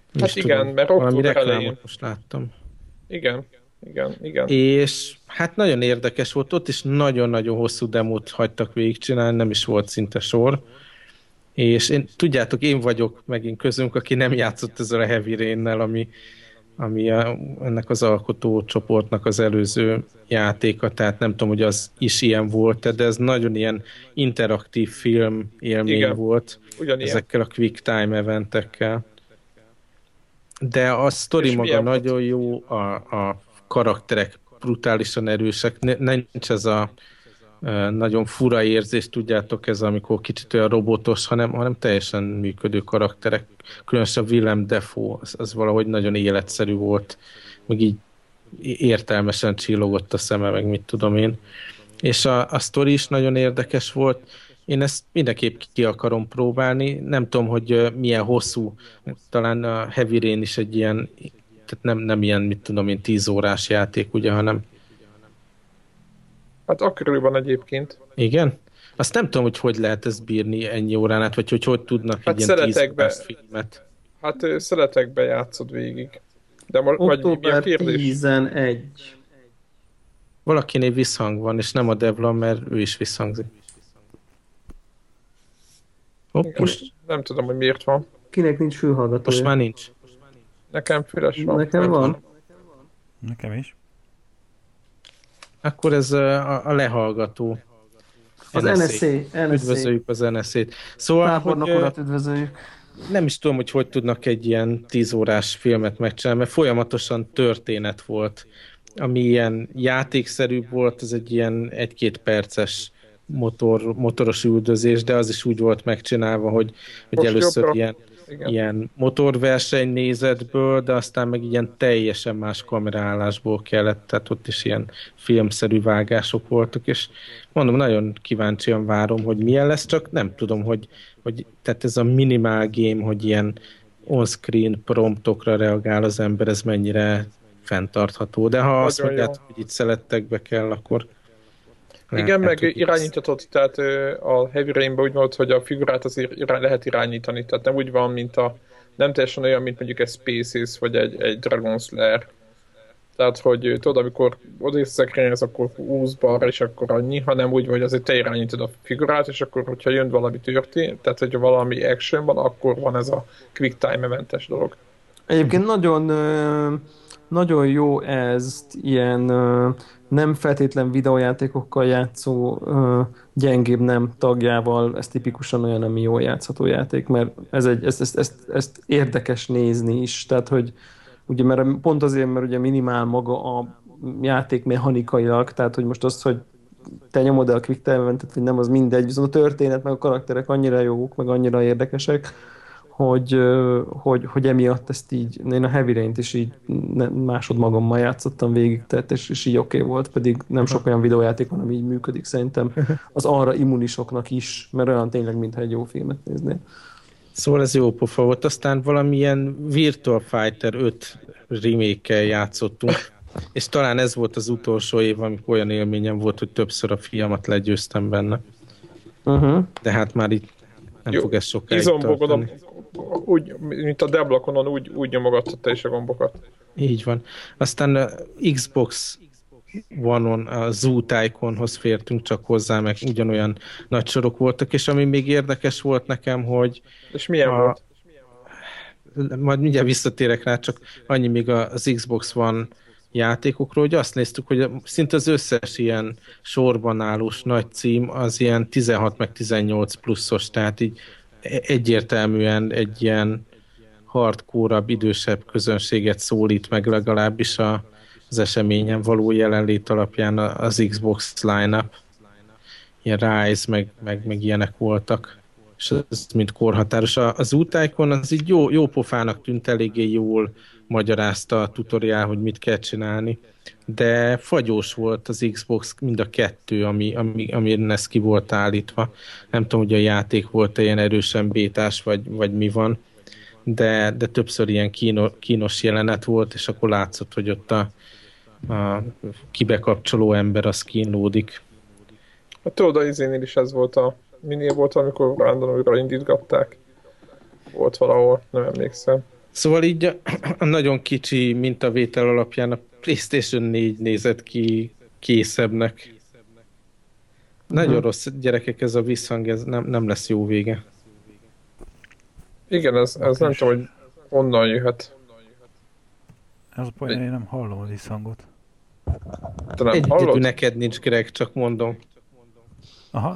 Hát igen, mert október elején. Most láttam. Igen. És hát nagyon érdekes volt, ott is nagyon-nagyon hosszú demót hagytak végigcsinálni, nem is volt szinte sor. És tudjátok, én vagyok megint közünk, aki nem játszott ezzel a Heavy Rain-nel, ami ennek az alkotó csoportnak az előző játéka, tehát nem tudom, hogy az is ilyen volt, de ez nagyon ilyen interaktív film élmény volt, ugyanilyen. Ezekkel a quick time eventekkel. De a sztori maga nagyon jó, a karakterek brutálisan erősek, nincs ez a nagyon fura érzés, tudjátok, ez amikor kicsit olyan robotos, hanem teljesen működő karakterek. Különösen Willem Dafoe, az valahogy nagyon életszerű volt, meg így értelmesen csillogott a szeme, meg mit tudom én. És a sztori is nagyon érdekes volt. Én ezt mindenképp ki akarom próbálni. Nem tudom, hogy milyen hosszú, talán a Heavy Rain is egy ilyen, tehát nem ilyen, mit tudom én, 10 órás játék, ugye, hanem hát akkoriban egyébként. Igen? Azt nem tudom, hogy lehet ezt bírni ennyi órán át, vagy hogy tudnak hát egy ilyen 10 órás filmet. Hát szeletekbe játszod végig. De október 11. Valakinél visszhang van, és nem a Devlan, mert ő is visszhangzik. Most nem tudom, hogy miért van. Kinek nincs fülhallgatója? Most már nincs. Nekem füles van. Nekem van. Nekem is. Akkor ez a lehallgató. Az NSA. Üdvözöljük az NSA-t. Szóval, Tábornok urat üdvözöljük. Nem is tudom, hogy tudnak egy ilyen 10 órás filmet megcsinálni, mert folyamatosan történet volt. Ami ilyen játékszerű volt, ez egy ilyen 1-2 perces motoros üldözés, de az is úgy volt megcsinálva, hogy először ilyen motorverseny nézetből, de aztán meg ilyen teljesen más kameraállásból kellett, tehát ott is ilyen filmszerű vágások voltak, és mondom, nagyon kíváncsian várom, hogy milyen lesz, csak nem tudom, hogy tehát ez a minimál game, hogy ilyen on-screen promptokra reagál az ember, ez mennyire fenntartható, de ha nagyon azt mondjátok, hogy itt szelettekbe kell, akkor igen, meg irányítatott, tehát a Heavy Rainben úgy volt, hogy a figurát azért lehet irányítani, tehát nem úgy van, nem teljesen olyan, mint mondjuk egy Spaces, vagy egy Dragon's Lair. Tehát, hogy tudod, amikor odész szekrényhez, akkor húz balra, és akkor annyi, hanem úgy, hogy azért te irányítod a figurát, és akkor, hogyha jön valami történet, tehát, hogy valami action van, akkor van ez a quick time eventes dolog. Egyébként nagyon jó ez ilyen nem feltétlen videójátékokkal játszó gyengébb nem tagjával, ez tipikusan olyan, ami jól játszható játék, mert ezt érdekes nézni is, tehát hogy ugye, mert pont azért, mert ugye minimál maga a játék mechanikailag, tehát hogy most az, hogy te nyomod el a quick time eventet, vagy nem, az mindegy, viszont a történet meg a karakterek annyira jók, meg annyira érdekesek, hogy emiatt ezt így, én a Heavy Rain-t is így másodmagammal játszottam végig, tehát és így oké volt, pedig nem sok olyan videójáték van, ami így működik szerintem az arra immunisoknak is, mert olyan tényleg, mintha egy jó filmet néznél. Szóval ez jó pofa volt, aztán valamilyen Virtua Fighter 5 remake-kel játszottunk, és talán ez volt az utolsó év, amikor olyan élményem volt, hogy többször a fiamat legyőztem benne. De hát már itt nem fog ez sokáig tartani. Úgy, mint a Deblaconon, úgy nyomogatta te is a gombokat. Így van. Aztán Xbox One-on a Zoo Tycoonhoz fértünk csak hozzá, meg ugyanolyan nagy sorok voltak, és ami még érdekes volt nekem, hogy... És milyen volt? Majd mindjárt visszatérek rá, csak annyi még az Xbox One játékokról, hogy azt néztük, hogy szinte az összes ilyen sorban állós nagy cím az ilyen 16 meg 18 pluszos, tehát így egyértelműen egy ilyen hardcore-abb, idősebb közönséget szólít meg legalábbis az eseményen való jelenlét alapján az Xbox line-up. Ilyen Rise, meg ilyenek voltak. És ez mind korhatáros. Az Utycoon az így jó pofának tűnt, eléggé jól magyarázta a tutoriál, hogy mit kell csinálni. De fagyós volt az Xbox mind a kettő, amin ez ki volt állítva. Nem tudom, hogy a játék volt ilyen erősen bétás, vagy mi van, de többször ilyen kínos jelenet volt, és akkor látszott, hogy ott a kibekapcsoló ember az kínlódik. Hát tudod, a izénél is ez volt minél volt, amikor random újra indítgatták. Volt valahol, nem emlékszem. Szóval így a nagyon kicsi mintavétel alapján a PlayStation 4 nézett ki készebbnek. Nagyon rossz, gyerekek, ez a visszhang, ez nem lesz jó vége. Igen, ez nem tudom, hogy honnan jöhet. Ez a poén, én nem hallom az visszhangot. Te nem Egyedül hallod? neked nincs, Greg, csak mondom. Aha.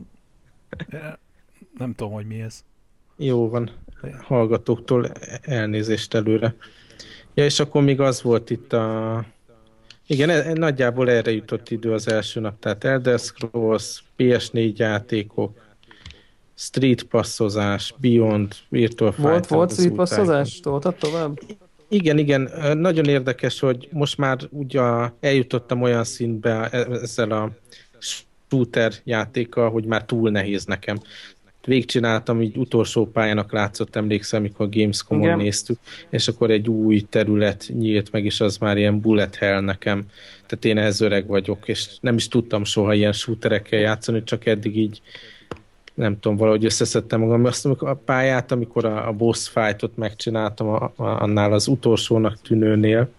Nem tudom, hogy mi ez. Jó van, hallgatóktól elnézést előre. Ja, és akkor még az volt itt a... Igen, nagyjából erre jutott idő az első nap, tehát Elder Scrolls, PS4 játékok, Street Passozás, Beyond, Virtual Fighter. Volt Street Passozás? Toltad tovább? Igen, nagyon érdekes, hogy most már ugye eljutottam olyan szintbe ezzel a shooter játékkal, hogy már túl nehéz nekem. Végigcsináltam, így utolsó pályának látszott, emlékszem, amikor Gamescom-on néztük, és akkor egy új terület nyílt meg, és az már ilyen bullet hell nekem. Tehát én ehhez öreg vagyok, és nem is tudtam soha ilyen shooterekkel játszani, csak eddig így nem tudom, valahogy összeszedtem magam. Azt a pályát, amikor a boss fightot megcsináltam annál az utolsónak tűnőnél,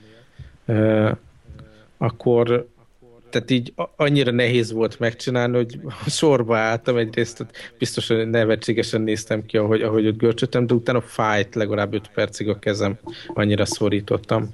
akkor tehát így annyira nehéz volt megcsinálni, hogy sorba álltam egyrészt, biztos, hogy nevetségesen néztem ki, ahogy ott görcsöttem, de utána fight legalább 5 percig a kezem, annyira szorítottam.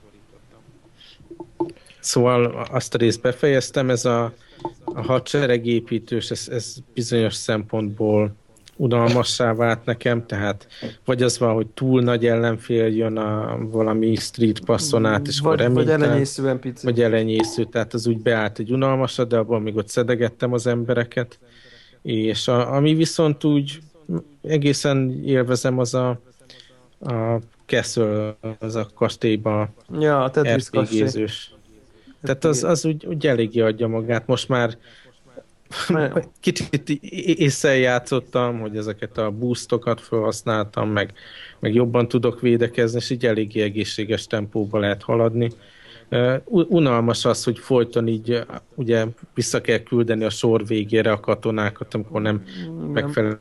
Szóval azt a részt befejeztem, ez a hadseregépítős, ez bizonyos szempontból unalmassá vált nekem, tehát vagy az van, hogy túl nagy ellenfél jön valami Street Passon át, és akkor reménytelen. Vagy elenyészően pici. Vagy elenyésző, tehát az úgy beállt egy unalmasat, de abban még ott szedegettem az embereket. És ami viszont úgy egészen élvezem, az a Castle, az a kastélyban RPG-zős. Tehát az úgy eléggé adja magát. Most már kicsit észre játszottam, hogy ezeket a boostokat felhasználtam, meg jobban tudok védekezni, és így eléggé egészséges tempóba lehet haladni. Unalmas az, hogy folyton így ugye vissza kell küldeni a sor végére a katonákat, amikor nem megfelelő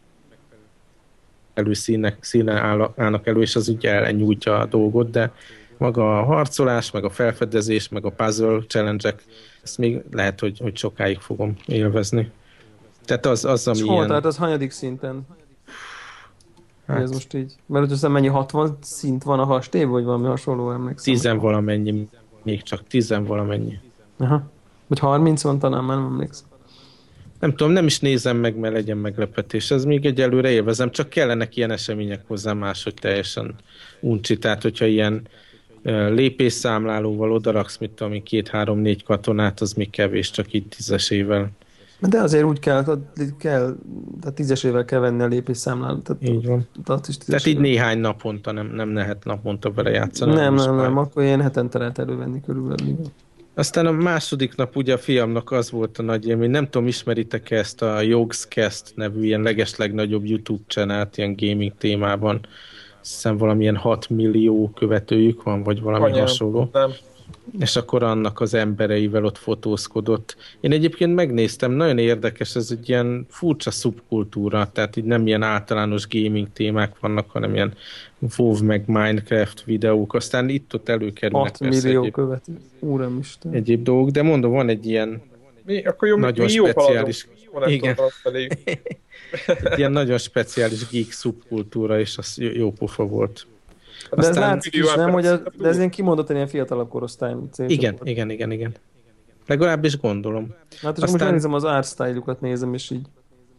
színen állnak elő, és az úgy elnyújtja a dolgot, de maga a harcolás, meg a felfedezés, meg a puzzle challenge-ek, ezt még lehet, hogy sokáig fogom élvezni. Tehát az ami ilyen... Tehát az hanyadik szinten? Hát... Ez most így? Mert hogy aztán mennyi 60 szint van a hastébb, vagy valami hasonló, emlékszem? 10 valamennyi, még csak 10 valamennyi. Aha. Vagy 30 van talán, már nem emlékszem. Nem tudom, nem is nézem meg, mert legyen meglepetés. Ez még egyelőre élvezem, csak kellenek ilyen események hozzá, máshogy teljesen uncsi. Tehát, hogyha ilyen lépésszámlálóval odaraksz, mit tudom, 2-3-4 katonát, az még kevés, csak így 10-esével. De azért úgy kell, tehát 10-esével kell venni a lépésszámlálót. Tehát így van. Tehát így néhány naponta, nem lehet naponta vele játszani. Nem, akkor ilyen hetente lehet elővenni körülbelül. Aztán a második nap ugye a fiamnak az volt a nagy élmény, nem tudom, ismeritek-e ezt a Yogscast nevű ilyen legeslegnagyobb YouTube csatornát, ilyen gaming témában. Hiszem valamilyen 6 millió követőjük van, vagy valami hasonló. Nem. És akkor annak az embereivel ott fotózkodott. Én egyébként megnéztem, nagyon érdekes, ez egy ilyen furcsa szubkultúra, tehát így nem ilyen általános gaming témák vannak, hanem ilyen WoW meg Minecraft videók, aztán itt-ott előkerülnek 6 millió követő, úramisten. Egyéb dolgok, de mondom, van egy ilyen nagyon speciális... Igen. Ilyen nagyon speciális geek szubkultúra, és az jó pofa volt. De ez látszik is, nem, hogy de ez ilyen kimondottan ilyen fiatalabb korosztály. Igen. Legalábbis gondolom. Hát és most megnézem az artstyle-ukat, nézem, és így.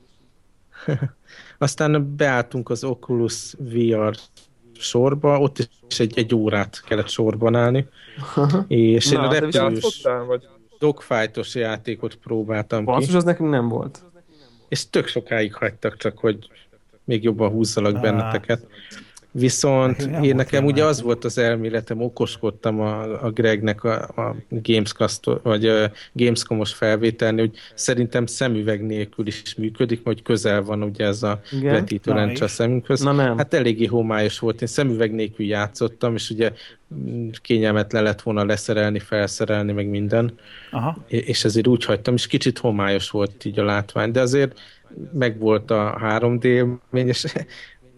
Aztán beálltunk az Oculus VR sorba, ott is egy órát kellett sorban állni. És én a repülős dogfightos játékot próbáltam ki. Basszus, az nekünk nem volt. És tök sokáig hagytak, csak hogy még jobban húzzalak benneteket. Viszont én nekem ugye az volt az elméletem, okoskodtam a Gregnek a Gamescom-os felvételni, hogy szerintem szemüveg nélkül is működik, hogy közel van ugye ez a vetítőlencse a szemünkhöz. Hát eléggé homályos volt, én szemüveg nélkül játszottam, és ugye kényelmetlen lett volna leszerelni, felszerelni, meg minden. Aha. És ezért úgy hagytam, és kicsit homályos volt így a látvány, de azért megvolt a 3D élmény, és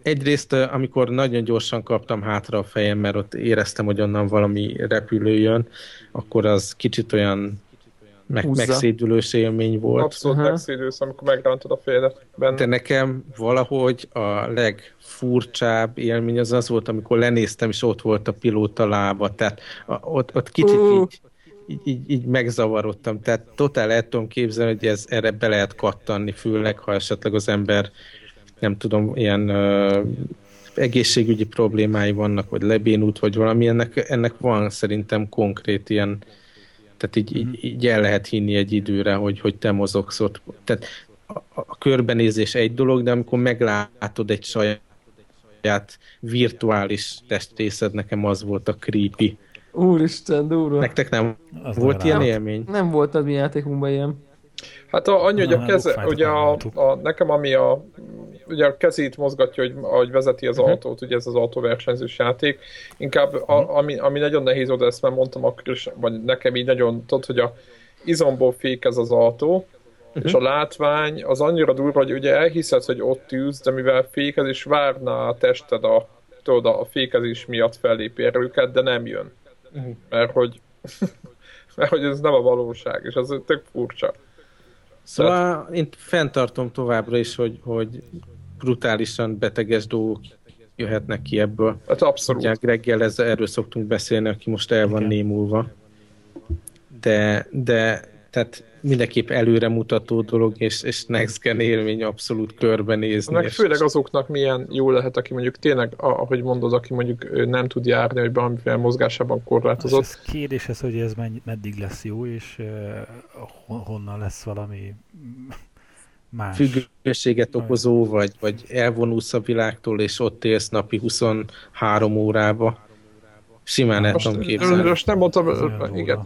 egyrészt, amikor nagyon gyorsan kaptam hátra a fejem, mert ott éreztem, hogy onnan valami repülő jön, akkor az kicsit olyan megszédülős élmény volt. Abszolút megszédülsz, amikor megrántod a fejedet benne. De nekem valahogy a legfurcsább élmény az volt, amikor lenéztem, és ott volt a pilóta lába. Tehát ott kicsit így megzavarodtam. Tehát totál el tudom képzelni, hogy erre be lehet kattanni, főleg, ha esetleg az ember, nem tudom, ilyen egészségügyi problémái vannak, vagy lebénult, vagy valami. Ennek van szerintem konkrét ilyen, tehát így el lehet hinni egy időre, hogy te mozogsz ott. Tehát a körbenézés egy dolog, de amikor meglátod egy saját virtuális testrészed, nekem az volt a creepy. Úristen, durva. Nektek nem volt ilyen élmény? Nem volt a mi játékunkban ilyen. Hát annyi, hogy a keze, ugye nekem ugye a kezét mozgatja, hogy ahogy vezeti az autót, ugye ez az autóversenyzős játék. Inkább ami nagyon nehéz oda, ezt már mondtam akkor is, vagy nekem így nagyon, tudod, hogy a izomból fékez az autó, és a látvány az annyira durva, hogy ugye elhiszed, hogy ott ülsz, de mivel fékez, és várná a tested a fékezés miatt fellépél őket, de nem jön. Mert hogy ez nem a valóság, és ez tök furcsa. Szóval én fenntartom továbbra is, hogy brutálisan beteges dolgok jöhetnek ki ebből. Hát abszolút. Ugye Greggel erről szoktunk beszélni, aki most el van némulva. De tehát mindenképp előremutató dolog, és next gen élmény abszolút körbenézni. Meg főleg azoknak milyen jó lehet, aki mondjuk tényleg, ahogy mondod, aki mondjuk nem tud járni, hogy valamiféle mozgásában korlátozott. És ez kérdés ez, hogy ez meddig lesz jó, és honnan lesz valami más. Függőséget okozó, vagy elvonulsz a világtól, és ott élsz napi 23 órába. Simán el tudom képzelni. Most nem mondtam, igen.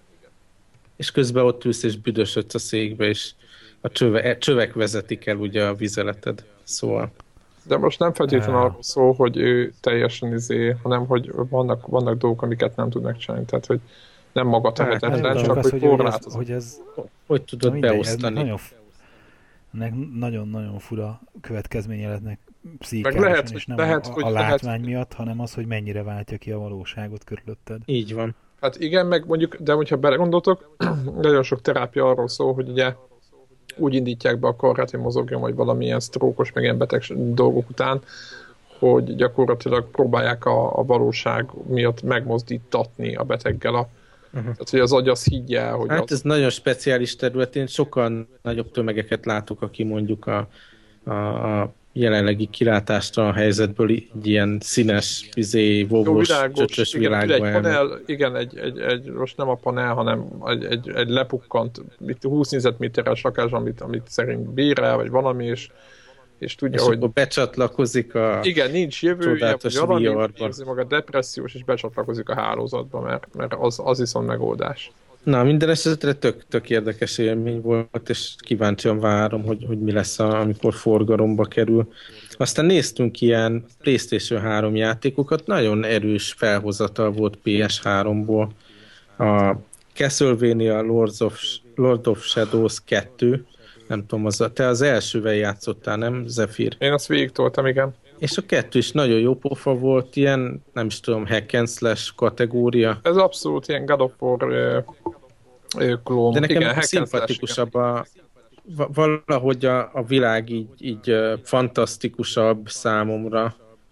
És közben ott ülsz és büdösödsz a székbe, és a csövek vezetik el ugye a vizeleted. Szóval. De most nem feltétlenül arról szól, hogy ő teljesen hanem hogy vannak dolgok, amiket nem tudnak csinálni. Tehát, hogy nem maga tehetetlen, csak hogy korlátozó. Hogy tudod beosztani. Nagyon-nagyon fura következménye lehetnek pszichikálisan, és nem a látvány miatt, hanem az, hogy mennyire váltja ki a valóságot körülötted. Így van. Hát igen, meg mondjuk, de hogyha belegondoltok, nagyon sok terápia arról szól, hogy ugye úgy indítják be a karrát, hogy mozogjon, vagy valamilyen sztrókos, meg ilyen beteg dolgok után, hogy gyakorlatilag próbálják a valóság miatt megmozdítatni a beteggel tehát, hogy az agy az higgye el, hogy hát ez nagyon speciális terület, én sokkal nagyobb tömegeket látok, aki mondjuk a jelenlegi kilátástalan helyzetből egy ilyen színes, vovos, csöcsös világba panel, igen, most nem a panel, hanem egy lepukkant 20 négyzetméteres lakás, amit szerint bír el, vagy valami, és tudja, és hogy... akkor becsatlakozik a igen, nincs jövője, vagy valami, érzi maga depressziós, és becsatlakozik a hálózatba, mert az viszont megoldás. Na, minden esetre tök érdekes élmény volt, és kíváncsian várom, hogy mi lesz, amikor forgalomba kerül. Aztán néztünk ilyen PlayStation 3 játékokat, nagyon erős felhozatal volt PS3-ból. A Castlevania Lord of Shadows 2, nem tudom, te az elsővel játszottál, nem, Zephyr? Én azt végigtoltam, igen. És a 2 is nagyon jó pofa volt, ilyen, nem is tudom, hack and slash kategória. Ez abszolút ilyen God of War klón. De nekem igen, szimpatikusabb valahogy a világ így fantasztikusabb számomra.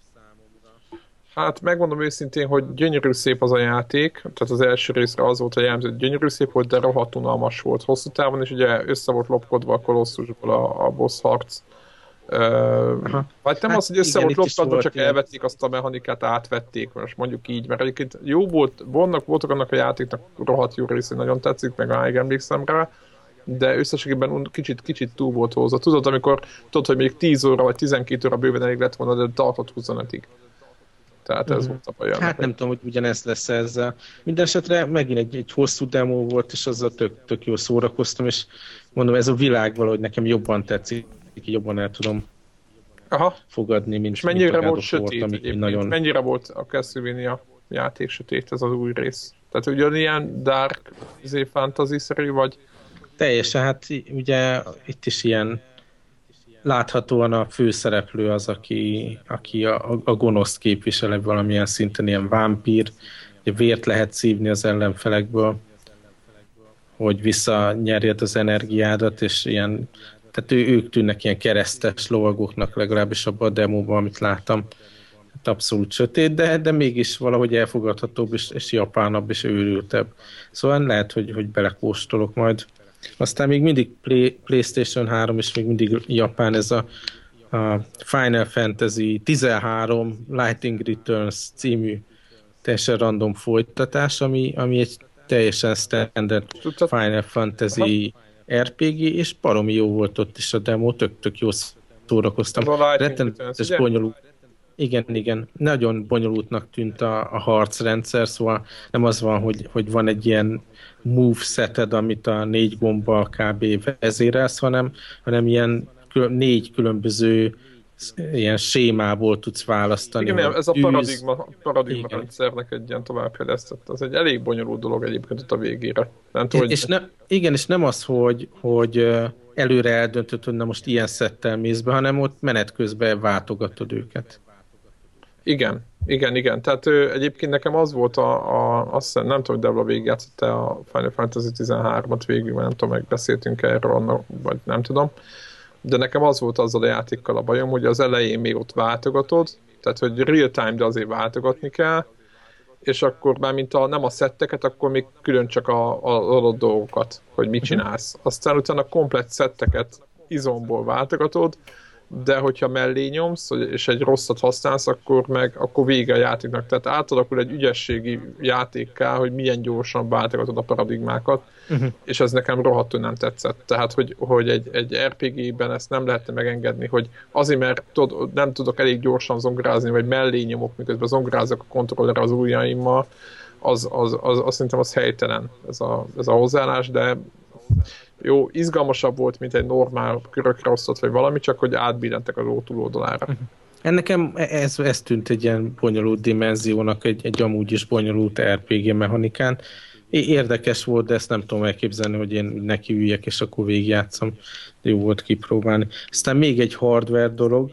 Hát megmondom őszintén, hogy gyönyörű szép az a játék, tehát az első részre az volt a jellemző, hogy gyönyörű szép volt, de rohadt unalmas volt hosszú távon, és ugye össze volt lopkodva a kolosszusból a boss harc. Vagy nem az, hogy össze volt lopkodva, csak elvették azt a mechanikát, átvették, most mondjuk így, mert egyébként jó volt, voltak annak a játéknak rohadt jó része, nagyon tetszik, meg emlékszem rá, de összességében kicsit túl volt hozzá. Tudod, hogy még 10 óra vagy 12 óra bőven elég lett volna, de tartott 25-ig. Tehát ez volt a baj. Hát nem tudom, hogy ugyanezt lesz ezzel. Mindenesetre megint egy hosszú demo volt, és azzal tök jól szórakoztam, és mondom, ez a világ valahogy nekem jobban tetszik, jobban el tudom fogadni, mint mennyire volt sötét nagyon... Mennyire volt a Castlevania játék sötét, ez az új rész? Tehát ugyanilyen dark fantasy-szerű, vagy? Teljesen, hát ugye itt is ilyen láthatóan a főszereplő az, aki a gonoszt képvisel valamilyen szinten, ilyen vámpír, hogy vért lehet szívni az ellenfelekből, hogy visszanyerjed az energiádat, és ilyen, tehát ők tűnnek ilyen keresztes lovagoknak, legalábbis abban a demóban, amit láttam. Hát abszolút sötét, de mégis valahogy elfogadhatóbb, és japánabb, és őrültebb. Szóval lehet, hogy belekóstolok majd. Aztán még mindig PlayStation 3, és még mindig japán ez a Final Fantasy 13 Lightning Returns című teljesen random folytatás, ami egy teljesen standard Final Fantasy RPG, és baromi jó volt ott is a demo, tök jó szórakoztam. Rettenetes bonyolult. Igen. Nagyon bonyolultnak tűnt a harcrendszer, szóval nem az van, hogy van egy ilyen moveseted, amit a 4 gombbal kb. Vezérelsz, hanem ilyen 4 különböző ilyen sémából tudsz választani. Igen, ez a paradigma rendszernek egy ilyen továbbfejlesztett. Az egy elég bonyolult dolog egyébként ott a végére. Nem tudom, és nem az, hogy előre eldöntöd, hogy na most ilyen szettel mész be, hanem ott menet közben váltogatod őket. Igen. Tehát egyébként nekem az volt azt hiszem, nem tudom, hogy Debla végigjátszott-e a Final Fantasy 13-at végül, mert nem tudom, megbeszéltünk erről annak, vagy nem tudom. De nekem az volt azzal a játékkal a bajom, hogy az elején még ott váltogatod, tehát hogy real time, de azért váltogatni kell, és akkor már nem a szetteket, akkor még külön csak a adott dolgokat, hogy mit csinálsz. Aztán utána komplett szetteket izomból váltogatod, de hogyha mellé nyomsz, és egy rosszat használsz, akkor vége a játéknak. Tehát átalakul egy ügyességi játékká, hogy milyen gyorsan váltogatod a paradigmákat, és ez nekem rohadtul nem tetszett. Tehát, hogy egy RPG-ben ezt nem lehetne megengedni, hogy azért, mert nem tudok elég gyorsan zongorázni, vagy mellé nyomok, miközben zongorázok a kontrollerre az ujjaimmal, az szerintem az helytelen ez a hozzáállás, de jó, izgalmasabb volt, mint egy normál körökre osztott, vagy valami, csak hogy átbillentek az túloldalára. Nekem ez tűnt egy ilyen bonyolult dimenziónak, egy amúgy is bonyolult RPG mechanikán. Érdekes volt, de ezt nem tudom elképzelni, hogy én nekiüljek, és akkor végigjátszom. Jó volt kipróbálni. Aztán még egy hardware dolog.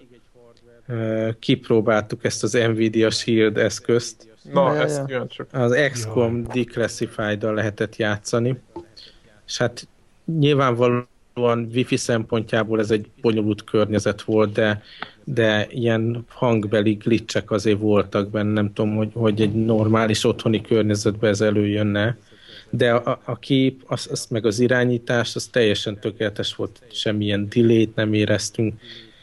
Kipróbáltuk ezt az Nvidia Shield eszközt. Ezt jön csak. Az XCOM Declassified-dal lehetett játszani. És hát nyilvánvalóan wifi szempontjából ez egy bonyolult környezet volt, de ilyen hangbeli glitchek azért voltak benne, nem tudom, hogy egy normális otthoni környezetben ez előjönne, de a kép, az meg az irányítás, az teljesen tökéletes volt, semmilyen delay-t nem éreztünk,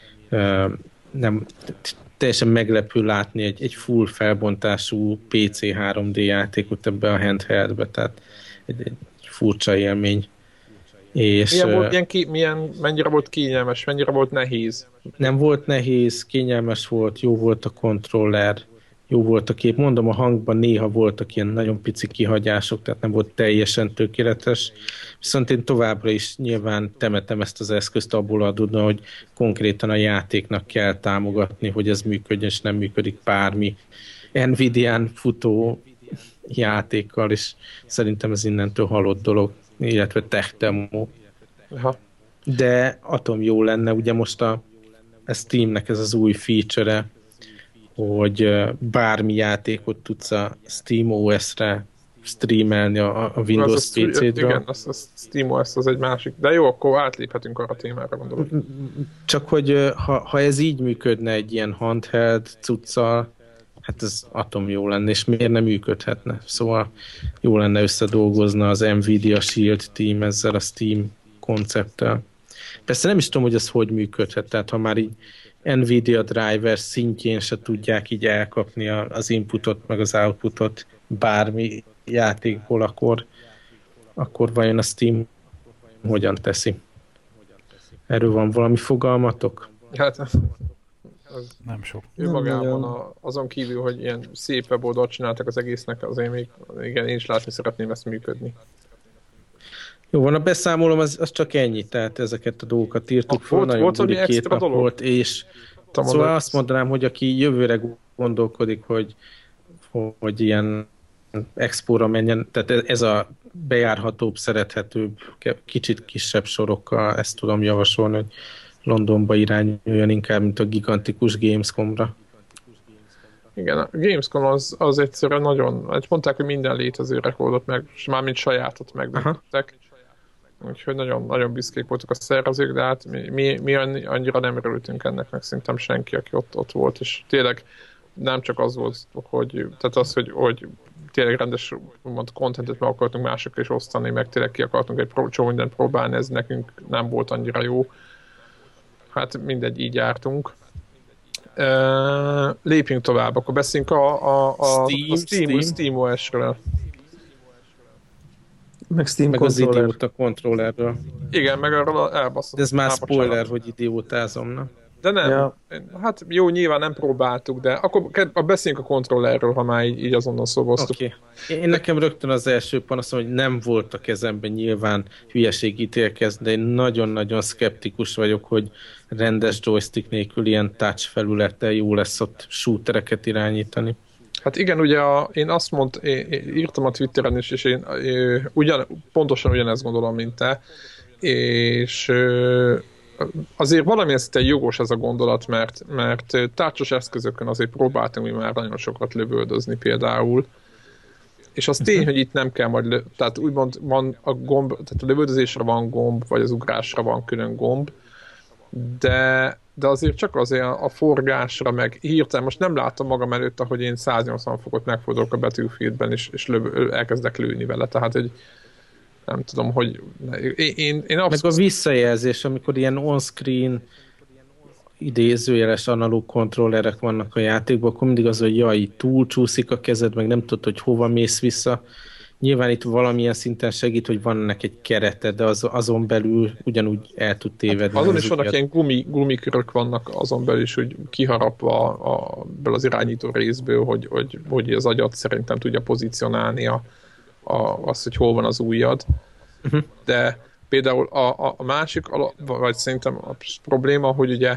nem, teljesen meglepő látni egy full felbontású PC 3D játékot ebbe a handheldbe, tehát egy furcsa élmény. És mennyire volt kényelmes, mennyire volt nehéz? Nem volt nehéz, kényelmes volt, jó volt a kontroller, jó volt a kép. Mondom, a hangban néha voltak ilyen nagyon pici kihagyások, tehát nem volt teljesen tökéletes. Viszont én továbbra is nyilván temetem ezt az eszközt abból adódna, hogy konkrétan a játéknak kell támogatni, hogy ez működjön, és nem működik bármi Nvidián futó játékkal, és szerintem ez innentől halott dolog, illetve tech demo. De atom jó lenne, ugye most a Steamnek ez az új feature-e, hogy bármi játékot tudsz a Steam OS-re streamelni a Windows PC-dről. Igen, a Steam OS az egy másik. De jó, akkor átléphetünk arra a témára, gondolom. Csak hogy ha ez így működne egy ilyen handheld cuccal, hát ez atom jó lenne, és miért nem működhetne? Szóval jó lenne összedolgozna az Nvidia Shield team ezzel a Steam koncepttel. Persze nem is tudom, hogy ez hogy működhet, tehát ha már így Nvidia driver szintjén se tudják így elkapni az inputot, meg az outputot bármi játékból, akkor vajon a Steam hogyan teszi? Erről van valami fogalmatok? Hát nem sok. Ő magában azon kívül, hogy ilyen szép weboldalt csináltak az egésznek, azért még igen, én is látni szeretném ezt működni. Jó, van a beszámolom, az csak ennyi, tehát ezeket a dolgokat írtuk fel, nagyon budi 2 nap volt, és szóval azt mondanám, hogy aki jövőre gondolkodik, hogy ilyen expóra menjen, tehát ez a bejárhatóbb, szerethetőbb, kicsit kisebb sorokkal, ezt tudom javasolni, Londonba irányuljon inkább, mint a gigantikus Gamescomra. Igen, a Gamescom az egyszerűen nagyon, mondták, hogy minden létező rekordot meg, és mármint sajátot megdöntöttek. Úgyhogy nagyon, nagyon büszkék voltak a szervezők, de hát mi annyira nem örültünk ennek, meg szerintem senki, aki ott volt, és tényleg nem csak az volt, hogy tényleg rendes contentet meg akartunk másokkal is osztani, meg tényleg ki akartunk egy csomó mindent próbálni, ez nekünk nem volt annyira jó. Hát mindegy, így jártunk. Lépjünk tovább, akkor beszéljünk a SteamOS-ről. Meg Steam meg az idióta kontrollerről. Igen, meg arról elbaszott. De ez már spoiler, hogy idiótázom, na. De nem. Ja. Hát jó, nyilván nem próbáltuk, de akkor beszéljünk a kontrollerről, ha már így azonnal szóvoztuk. Okay. Én nekem rögtön az első panaszom, hogy nem volt a kezemben, nyilván hülyeség ítélkezni, de én nagyon-nagyon szkeptikus vagyok, hogy rendes joystick nélkül ilyen touch felülettel jó lesz ott shootereket irányítani. Hát igen, ugye én azt írtam a Twitteren is, és én pontosan ugyanezt gondolom, mint te, és azért valamilyen szinten jogos ez a gondolat, mert touchos eszközökön azért próbáltunk mi már nagyon sokat lövöldözni például, és az tény, hogy itt nem kell majd, tehát úgymond van a gomb, tehát a lövöldözésre van gomb, vagy az ugrásra van külön gomb, de azért csak azért a forgásra, meg hirtelen, most nem látom magam előtt, ahogy én 180 fokot megfordulok a Battlefieldben, és elkezdek lőni vele, tehát hogy nem tudom, hogy én abszolút... Meg a visszajelzés, amikor ilyen on-screen idézőjeles analóg kontrollerek vannak a játékban, akkor mindig az, hogy jaj, túl csúszik a kezed, meg nem tudod, hogy hova mész vissza. Nyilván itt valamilyen szinten segít, hogy van ennek egy kerete, de azon belül ugyanúgy el tud tévedni. Hát azon is vannak ilyen gumikörök vannak azon belül is, hogy kiharapva az irányító részből, hogy az agyat szerintem tudja pozícionálni azt, hogy hol van az ujjad. De például a másik, vagy szerintem a probléma, hogy ugye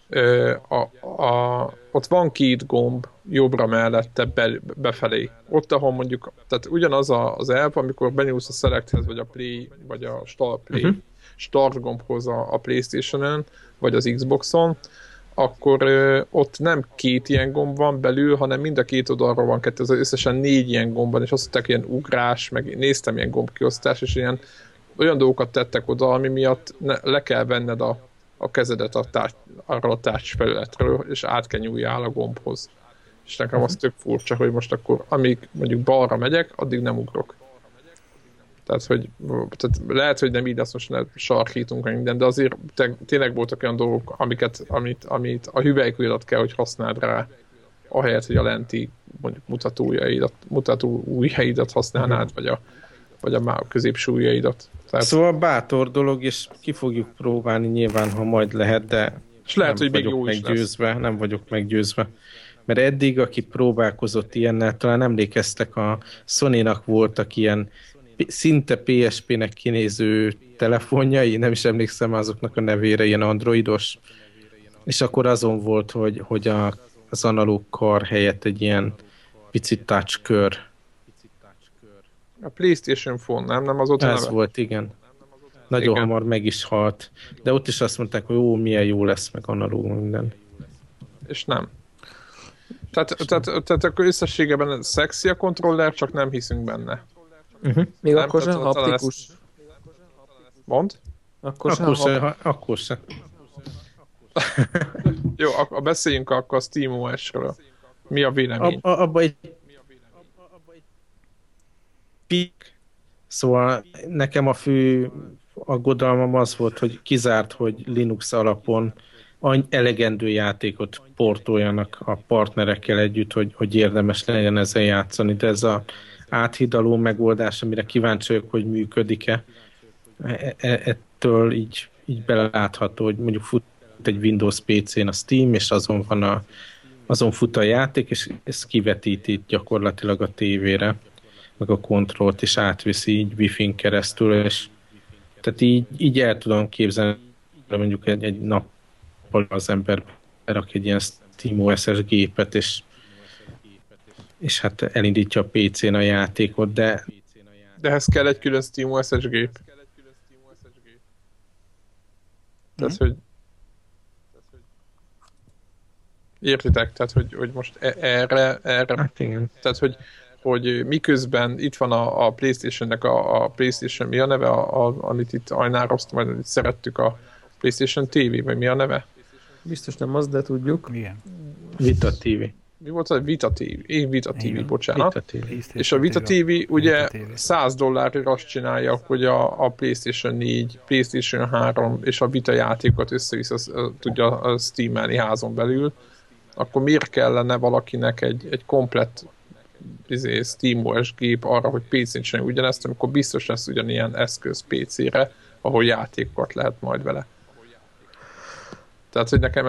ott van két gomb jobbra mellette befelé. Ott, ahol mondjuk, tehát ugyanaz az elv, amikor benyúlsz a Selecthez, vagy a Play, vagy a Start gombhoz a PlayStation-en, vagy az Xboxon, akkor ott nem két ilyen gomb van belül, hanem mind a két oldalról van kettő, az összesen 4 ilyen gomb van, és azt mondták, ilyen ugrás, meg néztem ilyen gombkiosztás, és olyan dolgokat tettek oda, ami miatt le kell venned a kezedet arra a touch felületről, és át kell nyúljál a gombhoz. És nekem az tök furcsa, hogy most akkor, amíg mondjuk balra megyek, addig nem ugrok. Tehát lehet, hogy nem így lesz, most sarkítunk minden, de azért tényleg voltak olyan dolgok, amit a hüvelykujjadat kell, hogy használd rá, ahelyett, hogy a lenti mondjuk mutató ujjaidat használnád, vagy a középső ujjaidat. Szóval bátor dolog, és ki fogjuk próbálni nyilván, ha majd lehet, de és lehet, hogy még jó is meggyőzve, nem vagyok meggyőzve. Mert eddig, aki próbálkozott ilyennel, talán emlékeztek, a Sony-nak voltak ilyen szinte PSP-nek kinéző telefonjai, nem is emlékszem azoknak a nevére, ilyen androidos, és akkor azon volt, hogy az analóg kar helyett egy ilyen pici touch kör. A PlayStation Phone, nem az ott ez neve? Volt, igen. Nagyon igen. Hamar meg is halt. De ott is azt mondták, hogy milyen jó lesz, meg analóg minden. És nem. Tehát akkor összességében szexi a kontroller, csak nem hiszünk benne. Még nem, akkor sem haptikus. Mondd? Akkor sem. Jó, beszéljünk akkor a SteamOS-ről. Mi a vélemény? Abba egy Szóval nekem a fő aggodalmam az volt, hogy kizárt, hogy Linux alapon elegendő játékot portoljanak a partnerekkel együtt, hogy érdemes legyen ezzel játszani, de ez az áthidaló megoldás, amire kíváncsi vagyok, hogy működik-e, ettől így belátható, hogy mondjuk fut egy Windows PC-n a Steam, és azon fut a játék, és ez kivetíti gyakorlatilag a tévére, meg a kontrollt is átviszi így Wi-Fi-n keresztül, és tehát így el tudom képzelni, mondjuk egy nappal az ember berak egy ilyen SteamOS-es gépet, és hát elindítja a PC-n a játékot, de ehhez kell egy külön SteamOS-es gép. Tehát, hogy Értitek? Tehát, hogy most erre hát igen. tehát, hogy miközben itt van a PlayStation-nek a PlayStation, mi a neve, amit itt ajnároztam, majd itt szerettük, a PlayStation TV, vagy mi a neve? Biztos nem az, de tudjuk. Igen. Vita TV. Mi volt a Vita TV? Vita TV, Igen. bocsánat. Vita TV. És a Vita TV ugye Vita TV. $100 azt csinálja, hogy a PlayStation 4, PlayStation 3 és a Vita játékokat össze-vissza tudja streamelni házon belül, akkor miért kellene valakinek egy komplett SteamOS gép arra, hogy PC-n csinálja ugyanezt, amikor biztos lesz ugyanilyen eszköz PC-re, ahol játékokat lehet majd vele. Tehát, hogy nekem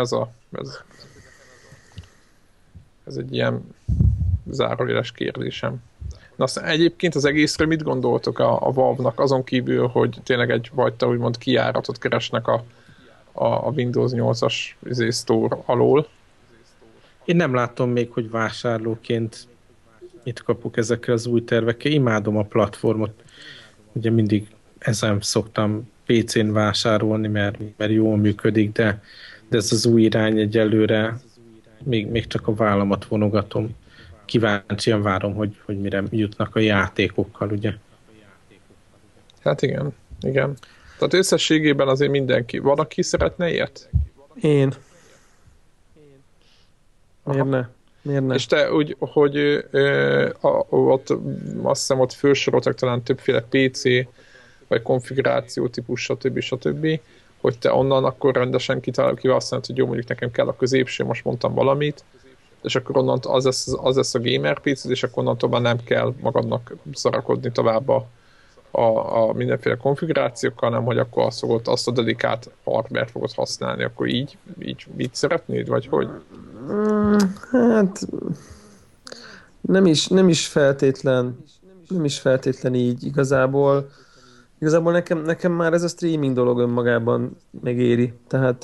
ez egy ilyen zárójeles kérdésem. Na aztán egyébként az egészről mit gondoltok a Valve-nak, azon kívül, hogy tényleg egyfajta úgymond kijáratot keresnek a Windows 8-as Store alól? Én nem látom még, hogy vásárlóként mit kapok ezekkel az új tervekkel. Imádom a platformot. Ugye mindig ezen szoktam PC-n vásárolni, mert jól működik, de ez az új irány egyelőre még csak a vállamat vonogatom. Kíváncsian várom, hogy mire jutnak a játékokkal, ugye? Hát igen. Tehát összességében azért mindenki. Van, aki szeretne ilyet? Én. Miért ne? És te úgy, hogy ott azt hiszem ott felsoroltak talán többféle PC, vagy konfiguráció típus, stb. Hogy te onnan akkor rendesen kiválasztod, hogy jó, mondjuk nekem kell a középső, most mondtam valamit, és akkor onnan az lesz a gamer PC, és akkor onnantól már nem kell magadnak szarakodni tovább a mindenféle konfigurációkkal, hanem hogy akkor azt a dedikált hardware-t fogod használni, akkor így szeretnéd, vagy hogy? Hát nem is feltétlen így igazából. Igazából nekem már ez a streaming dolog önmagában megéri. Tehát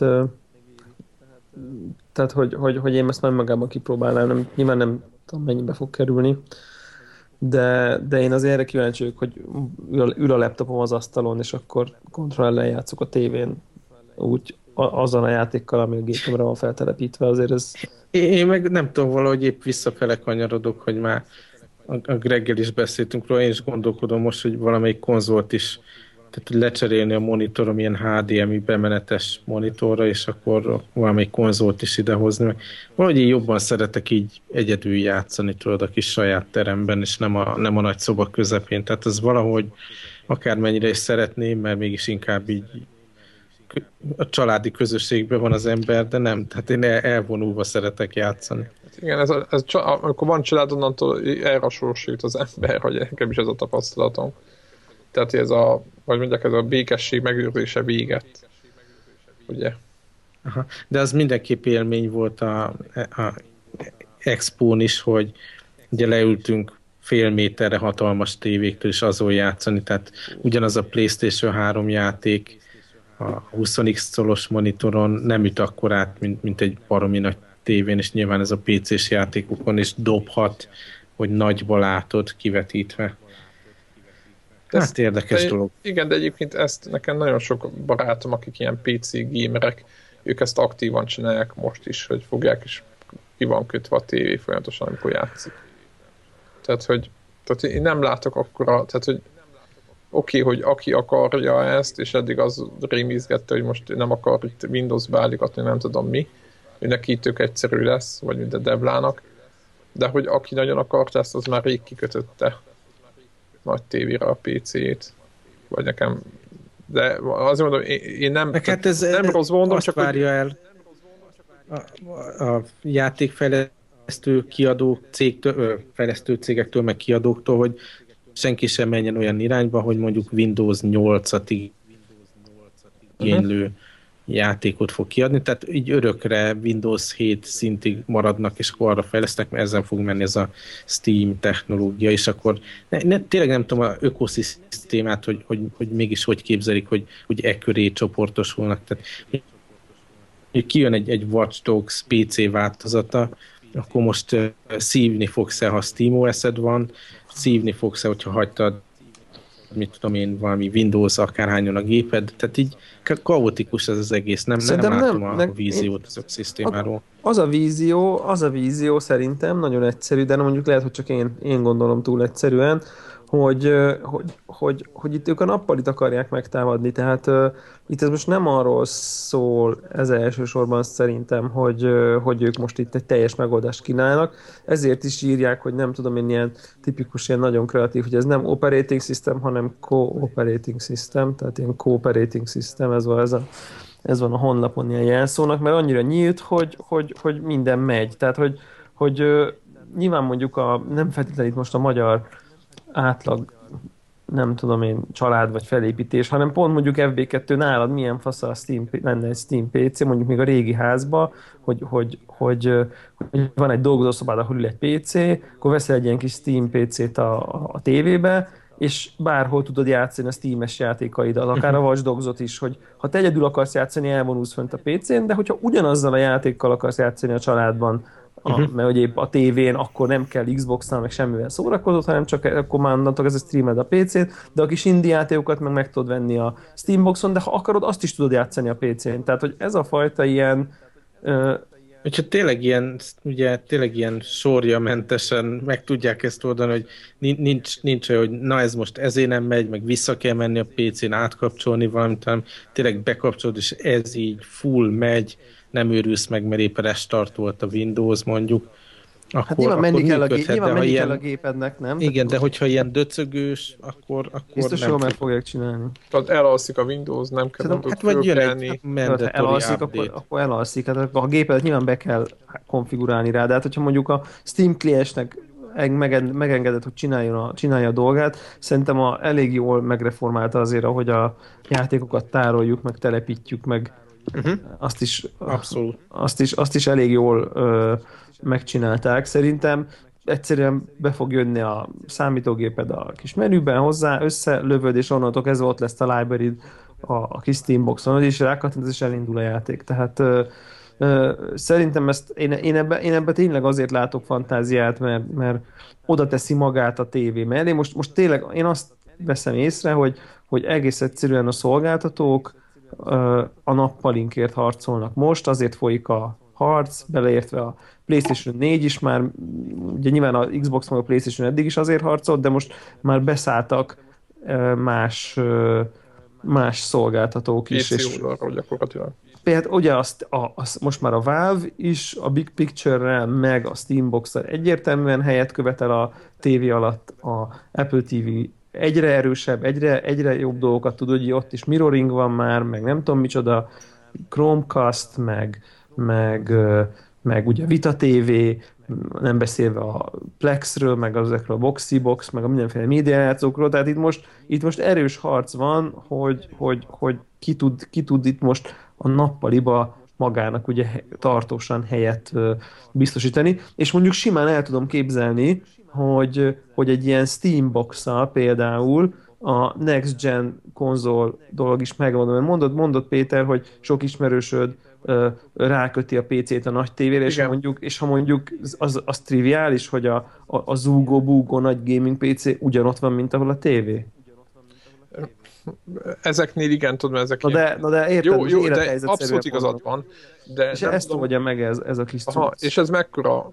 hogy én ezt már magában kipróbálnám, nyilván nem tudom mennyibe fog kerülni, de én azért erre kíváncsi vagyok, hogy ül a laptopom az asztalon, és akkor kontrollellel játszok a tévén úgy azzal a játékkal, ami a gépemre van feltelepítve, azért ez... Én meg nem tudom, valahogy épp visszafele kanyarodok, hogy már a Greggel is beszéltünk róla, én is gondolkodom most, hogy valamelyik konzolt is, tehát hogy lecserélni a monitorom ilyen HDMI bemenetes monitorra, és akkor valamelyik konzolt is idehozni. Valahogy én jobban szeretek így egyedül játszani, tudod, a kis saját teremben, és nem a nagy szoba közepén. Tehát az valahogy akármennyire is szeretném, mert mégis inkább így a családi közösségben van az ember, de nem, tehát én elvonulva szeretek játszani. Igen, amikor van család, onnantól erre a sorsra jut az ember, hogy nekem is ez a tapasztalatom. Tehát ez a békesség megőrzése véget. Ugye? Aha. De az mindenképp élmény volt a Expón is, hogy ugye leültünk fél méterre hatalmas tévéktől is azon játszani, tehát ugyanaz a PlayStation 3 játék a 20x colos monitoron nem üt akkorát, mint egy baromi nagy tévén, és nyilván ez a PC-s játékokon is dobhat, hogy nagyba látod kivetítve. Hát érdekes dolog. Igen, de egyébként ezt nekem nagyon sok barátom, akik ilyen PC gamerek, ők ezt aktívan csinálják most is, hogy fogják, és ki van kötve a tévé folyamatosan, amikor játszik. Tehát én nem látok akkora, tehát hogy oké, hogy aki akarja ezt, és eddig az rémizgette, hogy most nem akar itt Windows-ba állítgatni, nem tudom mi, ő neki itt tök egyszerű lesz, vagy mint a Devlának, de hogy aki nagyon akart ezt, az már rég kikötötte nagy tévére a PC-ét, vagy nekem, de azért mondom, én nem, hát ez nem rossz mondom, csak várja el a játékfejlesztő kiadó cégtől, fejlesztő cégektől, meg kiadóktól, hogy senki sem menjen olyan irányba, hogy mondjuk Windows 8-at igénylő játékot fog kiadni, tehát így örökre Windows 7 szintig maradnak, és akkor arra fejlesztek, mert ezen fog menni ez a Steam technológia, és akkor tényleg nem tudom az ökoszisztémát, hogy mégis hogy képzelik, hogy e köré csoportosulnak. Tehát hogy kijön egy Watch Dogs PC változata, akkor most szívni fogsz-e, ha SteamOS-ed van, szívni fogsz-e, hogyha hagytad mit tudom én, valami Windows akárhányon a géped, tehát így kaotikus ez az egész, nem látom a víziót az ökoszisztémáról. Az a vízió szerintem nagyon egyszerű, de mondjuk lehet, hogy csak én gondolom túl egyszerűen, hogy itt ők a nappalit akarják megtámadni, tehát itt ez most nem arról szól ez elsősorban szerintem, hogy ők most itt egy teljes megoldást kínálnak, ezért is írják, hogy nem tudom én ilyen tipikus, ilyen nagyon kreatív, hogy ez nem operating system, hanem cooperating system, tehát ilyen cooperating system, ez van a honlapon ilyen jelszónak, mert annyira nyílt, hogy minden megy, tehát hogy nyilván mondjuk nem feltétlenül itt most a magyar átlag, nem tudom én, család vagy felépítés, hanem pont mondjuk FB2 nálad milyen fasz a lenne egy Steam PC, mondjuk még a régi házba, hogy van egy dolgozószobád, ahol ül egy PC, akkor veszel egy ilyen kis Steam PC-t a tévébe, és bárhol tudod játszani a Steam-es játékaiddal, akár a Watch Dogs-ot is, hogy ha te egyedül akarsz játszani, elvonulsz fönt a PC-n, de hogyha ugyanazzal a játékkal akarsz játszani a családban, mert hogy épp a tévén akkor nem kell Xbox-nál meg semmivel szórakozott, hanem csak akkor már ez a streamed a PC-t, de a kis indie játékokat meg tudod venni a Steamboxon, de ha akarod, azt is tudod játszani a PC-n. Tehát, hogy ez a fajta ilyen... Hogyha tényleg ilyen sorjamentesen meg tudják ezt oldani, hogy nincs olyan, hogy na ez most ezért nem megy, meg vissza kell menni a PC-n átkapcsolni valamit, hanem tényleg bekapcsolod, és ez így full megy, nem őrülsz meg, mert éppen restart volt a Windows mondjuk. Hát nyilván menni kell a gépednek, nem? Igen, de hogyha ilyen döcögős, akkor biztos jól meg fogják csinálni. Tehát elalszik a Windows, nem kell mondjuk vagy jön egy mandatory elalszik, akkor elalszik. Hát a gépedet nyilván be kell konfigurálni rá, de hát hogyha mondjuk a Steam kliensnek megengedett, hogy csinálja a dolgát, szerintem elég jól megreformálta azért, ahogy a játékokat tároljuk, meg telepítjük, meg azt is, abszolút. Azt is elég jól megcsinálták. Szerintem egyszerűen be fog jönni a számítógéped a kis menüben hozzá, összelövöd, és onnantól kezdve ott lesz a library a kis Steamboxon, és rákattintasz, és elindul a játék. Tehát szerintem én ebbe tényleg azért látok fantáziát, mert oda teszi magát a tévé mellé. Most tényleg én azt veszem észre, hogy egész egyszerűen a szolgáltatók a nappalinkért harcolnak most, azért folyik a harc, beleértve a PlayStation 4 is már, ugye nyilván a Xbox meg a PlayStation eddig is azért harcolt, de most már beszálltak más szolgáltatók is. PC oldalról gyakorlatilag. Tehát ugye most már a Valve is a Big Picture-rel meg a Steambox-al egyértelműen helyet követel a tévé alatt, a Apple TV egyre erősebb, egyre jobb dolgokat tud, hogy ott is mirroring van már, meg nem tudom micsoda, Chromecast, meg ugye Vita TV, nem beszélve a Plexről, meg ezekről a Boxy-Box, meg a mindenféle médiajátszókról, tehát itt most erős harc van, hogy ki tud itt most a nappaliba magának ugye tartósan helyet biztosítani, és mondjuk simán el tudom képzelni, hogy egy ilyen Steambox-szal például a Next Gen konzol dolog is megvan, mert mondod Péter, hogy sok ismerősöd ráköti a PC-t a nagy tévére, és ha mondjuk az triviális, hogy a zúgó-búgó nagy gaming PC ugyanott van, mint ahol a tévé. Ezeknél igen, tudom, ezek na de érted, jó, de abszolút igazad van. De és ezt oldja meg ez a kis cucc. És ez mekkora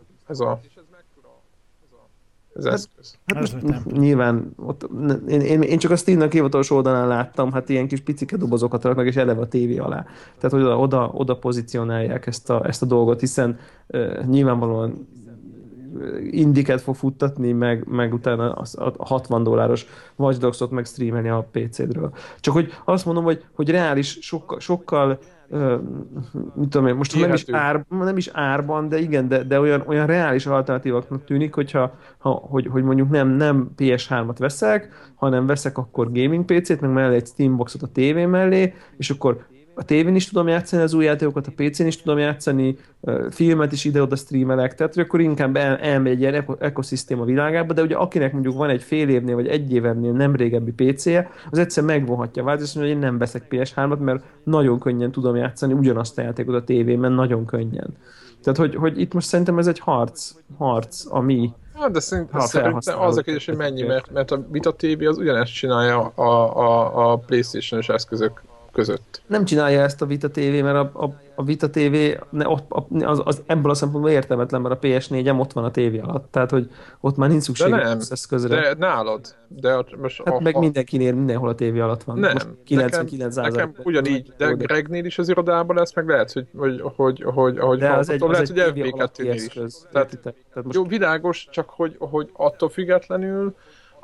ez eszköz? Hát nyilván én csak a Steam-nak hivatalos oldalán láttam, hát ilyen kis picike dobozokat raknak, és eleve a tévé alá. Tehát, hogy oda pozícionálják ezt a dolgot, hiszen nyilvánvalóan indiket fog futtatni, meg utána a $60 Watch Dogs-ot meg streamelni a PC-dről. Csak hogy azt mondom, hogy reális, sokkal mit tudom én, most nem is árban, de igen, de olyan reális alternatívaknak tűnik, hogy mondjuk nem PS3-at veszek, hanem veszek akkor gaming PC-t, meg mellé egy Steamboxot a tévé mellé, és akkor a tévén is tudom játszani az új játékokat, a PC-n is tudom játszani, filmet is ide-oda streamelek, tehát hogy akkor inkább elmegy egy ilyen ekoszisztéma világába, de ugye akinek mondjuk van egy fél évnél vagy egy évnél nem régebbi PC-je, az egyszer megvonhatja a változást, hogy én nem veszek PS3-at, mert nagyon könnyen tudom játszani ugyanazt a játékot a tévében, nagyon könnyen. Tehát, hogy itt most szerintem ez egy harc, Hát, de szerintem az a kérdés, hogy mennyi, mert a Vita TV az ugyanezt csinálja a PlayStation-os eszközök között. Nem csinálja ezt a Vita TV, mert a Vita TV az ebből a szempontból értelmetlen, mert a PS4-em ott van a tévé alatt, tehát hogy ott már nincs szükség az eszközre. De nálad. Hát meg mindenkinél mindenhol a tévé alatt van. Nem, most 99 nekem ugyanígy, de Gregnél is az irodában lesz, meg lehet, hogy lehet, hogy FB2-nél is. Tehát jó, világos, csak hogy attól függetlenül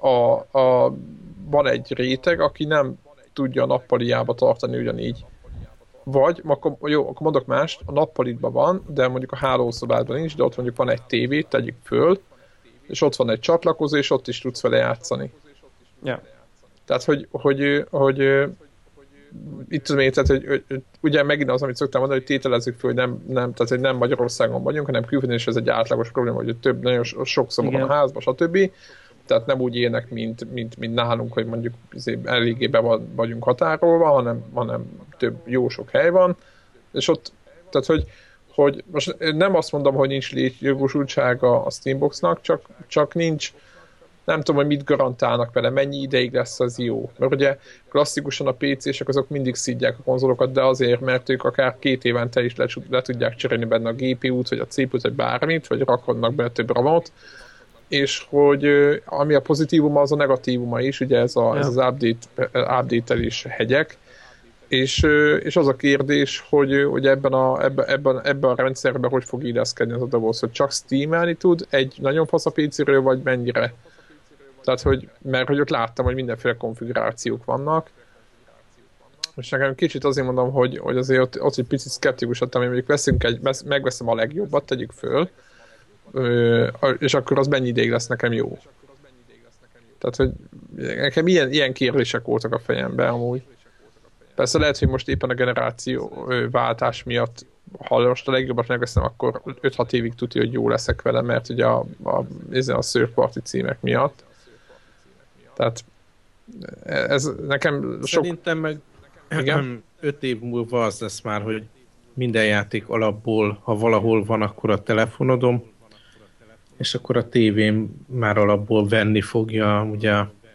van egy réteg, aki nem tudja a nappaliába tartani ugyanígy. Vagy, akkor mondok mást, a nappalitban van, de mondjuk a hálószobádban nincs, de ott mondjuk van egy tévé, tegyük föl, és ott van egy csatlakozó, és ott is tudsz vele játszani. Ja. Tehát, hogy itt tudom én, tehát, hogy ugye megint az, amit szoktam mondani, hogy tételezzük föl, hogy tehát, hogy nem Magyarországon vagyunk, hanem külföldön, és ez egy átlagos probléma, hogy nagyon sok szoba van a házban, stb. Tehát nem úgy élnek, mint nálunk, hogy mondjuk eléggé be vagyunk határolva, hanem több jó sok hely van, és ott, tehát hogy most nem azt mondom, hogy nincs létjogosultsága a Steamboxnak, csak nincs, nem tudom, hogy mit garantálnak vele, mennyi ideig lesz az jó. Mert ugye klasszikusan a PC-sek azok mindig szidják a konzolokat, de azért, mert ők akár 2 évente is le tudják cserélni benne a GPU-t, vagy a CPU-t, vagy bármit, vagy rakodnak benne több RAM-ot, és hogy ami a pozitívuma, az a negatívuma is, ugye ez az update-elés hegyek, és az a kérdés, hogy ebben a rendszerben hogy fog illeszkedni az a doboz, hogy csak streamelni tud egy nagyon fasz a PC-ről, vagy mennyire. Tehát, mert hogy ott láttam, hogy mindenféle konfigurációk vannak, és nekem kicsit azért mondom, hogy azért ott egy picit szkeptikus lettem, hogy mondjuk megveszem a legjobbat, tegyük föl, és akkor az mennyi ideig lesz nekem jó. Tehát, hogy nekem ilyen kérdések voltak a fejemben amúgy. Persze lehet, hogy most éppen a generáció váltás miatt, ha most a legjobbat megveszem, akkor 5-6 évig tudja, hogy jó leszek vele, mert ugye a third party címek miatt. Tehát ez nekem sok... Szerintem meg 5 év múlva az lesz már, hogy minden játék alapból, ha valahol van, akkor a telefonodom, és akkor a tévém már alapból venni fogja, ugye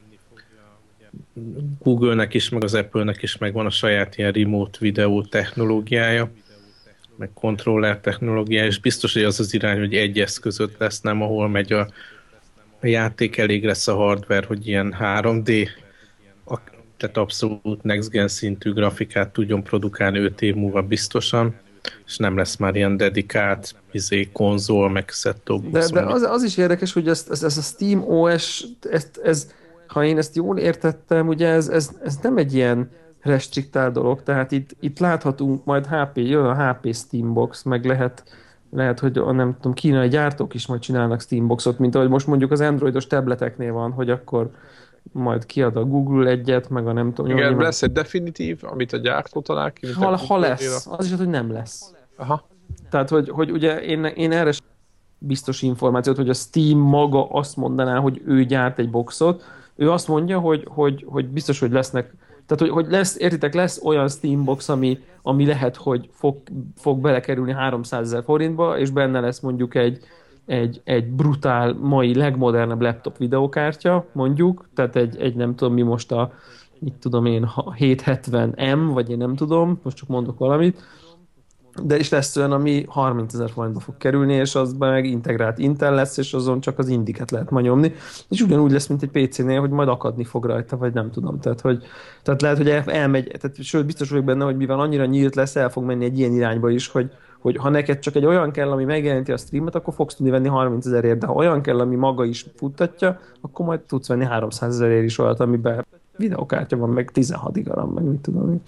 Google-nek is, meg az Apple-nek is megvan a saját ilyen remote videó technológiája, meg controller technológiája, és biztos, hogy az az irány, hogy egy eszközött lesz, nem ahol megy a játék, elég lesz a hardware, hogy ilyen 3D, tehát abszolút next gen szintű grafikát tudjon produkálni 5 év múlva biztosan, és nem lesz már ilyen dedikált konzol, meg set-top box. De az is érdekes, hogy ez a Steam OS, ha én ezt jól értettem, ugye ez nem egy ilyen restriktált dolog, tehát itt láthatunk majd jön a HP Steambox, meg lehet, hogy nem tudom, kínai gyártók is majd csinálnak Steamboxot, mint ahogy most mondjuk az androidos tableteknél van, hogy akkor majd kiad a Google egyet, meg a nem tudom. Igen, lesz egy definitív, amit a gyártó talál ki. Ha lesz, az is az, hogy nem lesz. Aha. Tehát, hogy ugye én erre biztos információt, hogy a Steam maga azt mondaná, hogy ő gyárt egy boxot, ő azt mondja, hogy biztos, hogy lesznek, tehát hogy lesz olyan Steambox, ami lehet, hogy fog belekerülni 300 000 forintba, és benne lesz mondjuk egy brutál, mai legmodernebb laptop videokártya, mondjuk, tehát egy nem tudom mi most itt tudom én, 770M, vagy én nem tudom, most csak mondok valamit, de is lesz olyan, ami 30 000 forintba fog kerülni, és az meg integrált Intel lesz, és azon csak az indiket lehet ma nyomni, és ugyanúgy lesz, mint egy PC-nél, hogy majd akadni fog rajta, vagy nem tudom. Tehát lehet, hogy elmegy, tehát sőt, biztos vagyok benne, hogy mivel annyira nyílt lesz, el fog menni egy ilyen irányba is, hogy ha neked csak egy olyan kell, ami megjelenti a streamet, akkor fogsz tudni venni 30 000-ért, de ha olyan kell, ami maga is futtatja, akkor majd tudsz venni 300 000-ért is olyat, amiben videokártya van, meg 16 GB, meg mit tudom én.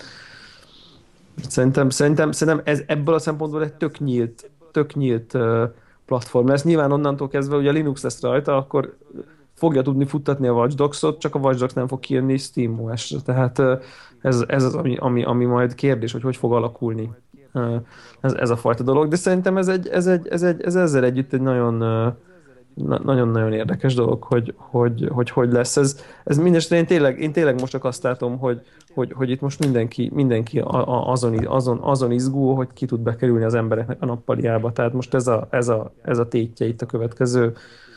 Szerintem ez ebből a szempontból egy tök nyílt platform. Ez nyilván onnantól kezdve, hogy a Linux lesz rajta, akkor fogja tudni futtatni a Watch Dogs-ot, csak a Watch Dogs nem fog kijönni SteamOS-re. Tehát ez az, ami majd kérdés, hogy fog alakulni ez a fajta dolog. De szerintem ez ezzel együtt egy nagyon-nagyon érdekes dolog, hogy lesz. Ez mindesetre én tényleg most csak azt látom, hogy itt most mindenki azon izgul, hogy ki tud bekerülni az embereknek a nappaliába. Tehát most ez a tétje itt a következő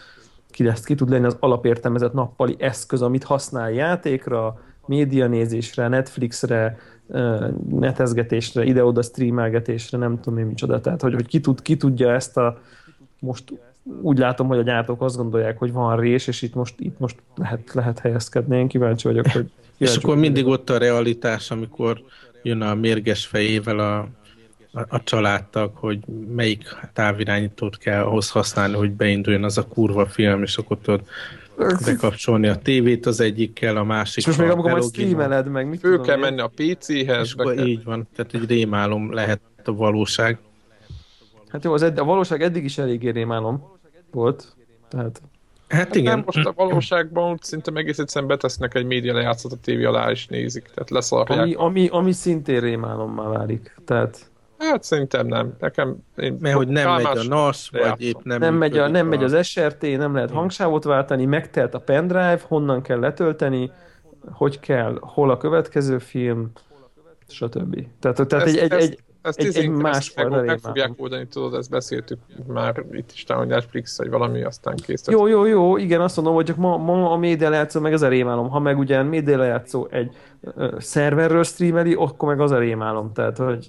ki tud lenni az alapértelmezett nappali eszköz, amit használ játékra, médianézésre, Netflixre, netezgetésre, ide-oda streamelgetésre, nem tudom én micsoda. Tehát, hogy ki tudja ezt a most úgy látom, hogy a gyártók azt gondolják, hogy van rés, és itt most lehet helyezkedni. Én kíváncsi vagyok, hogy... És akkor mindig ott a realitás, amikor jön a mérges fejével a családtag, hogy melyik távirányítót kell ahhoz használni, hogy beinduljon az a kurva film, és akkor tudod bekapcsolni a tévét az egyikkel, a másik. És most még amikor majd streameled meg, mit tudom, kell menni a PC-hez. Így van, tehát egy rémálom lehet a valóság. Hát jó, a valóság eddig is eléggé rémálom volt, tehát... Hát igen. Nem, most a valóságban szinte egész egyszerűen betesznek egy média lejátszat a tévé alá, és nézik, tehát leszarják. Ami szintén rémálommá válik, tehát... Hát szerintem nem. Mert hogy nem megy a NAS, vagy épp nem megy az SRT, nem lehet hangsávot váltani, megtelt a pendrive, honnan kell letölteni, hogy kell, hol a következő film, stb. Tehát egy másfajta meg fogják oldani, tudod, ezt beszéltük már itt is, hogy Netflix, vagy valami, aztán kész. Jó, igen, azt mondom, hogy csak ma a média lejátszó, meg ez a rémálom. Ha meg ugye média lejátszó egy szerverről streameli, akkor meg az a rémálom. Tehát, hogy...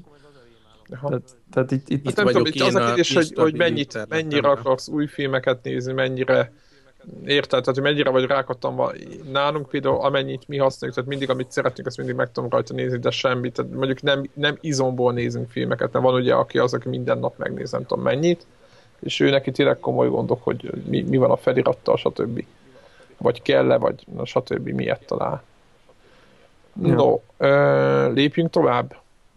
Tehát itt nem tudom, itt az a kérdés, hogy mennyire akarsz új filmeket nézni, mennyire érted, tehát hogy mennyire vagy rákattanva nálunk például, amennyit mi használjuk, tehát mindig, amit szeretnénk, azt mindig meg tudom rajta nézni, de semmit, tehát mondjuk nem izomból nézünk filmeket, mert van ugye aki minden nap megnéz, nem tudom mennyit, és ő neki tényleg komoly gondok, hogy mi van a felirattal, stb. Vagy kell-e, vagy stb. Miért talál. Ja. No, lépjünk tovább.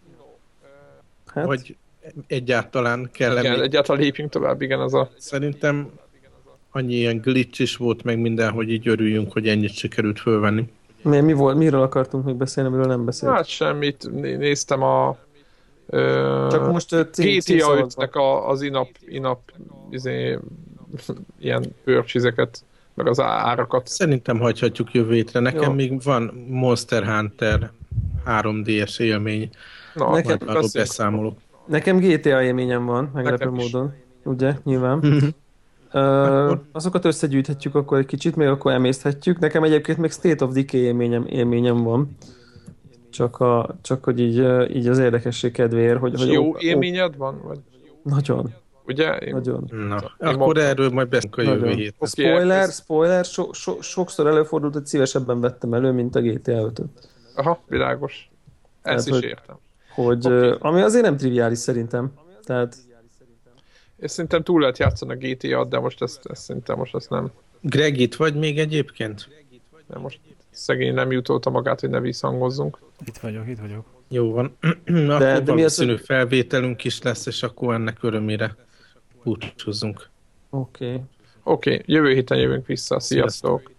Hát? Vagy egyáltalán kell. Igen, egyáltalán lépjünk tovább, igen, az a... Szerintem annyi ilyen glitch is volt meg minden, hogy így örüljünk, hogy ennyit sikerült fölvenni. Mi volt? Miről akartunk még beszélni, amiről nem beszéltünk? Hát semmit. Néztem a csak most GTA 5-nek az in-app ilyen purchase-eket, meg az árakat. Szerintem hagyhatjuk jövő hétre. Nekem még van Monster Hunter 3DS élmény. Na, nekem arról beszámolok. Nekem GTA élményem van, meglepő módon. Ugye, nyilván. Azokat összegyűjthetjük akkor egy kicsit, még akkor emészthetjük. Nekem egyébként még State of Decay élményem van. Csak hogy így az érdekesség kedvéért. Hogy jó élményed van? Vagy? Nagyon. Ugye? Nagyon. Na, akkor erről majd beszélünk a jövő héten. Spoiler, sokszor előfordult, hogy szívesebben vettem elő, mint a GTA 5-öt. Aha, világos. Ezt is értem. Ami azért nem triviális szerintem. Tehát... És szerintem túl lehet játszani a GTA-t, de most szerintem ezt nem. Greg, itt vagy még egyébként? De most szegény nem jutolta magát, hogy ne visszhangozzunk. Itt vagyok. Jó van. Akkor valószínű felvételünk is lesz, és akkor ennek örömére búcsúzzunk. Oké, jövő héten jövünk vissza. Sziasztok!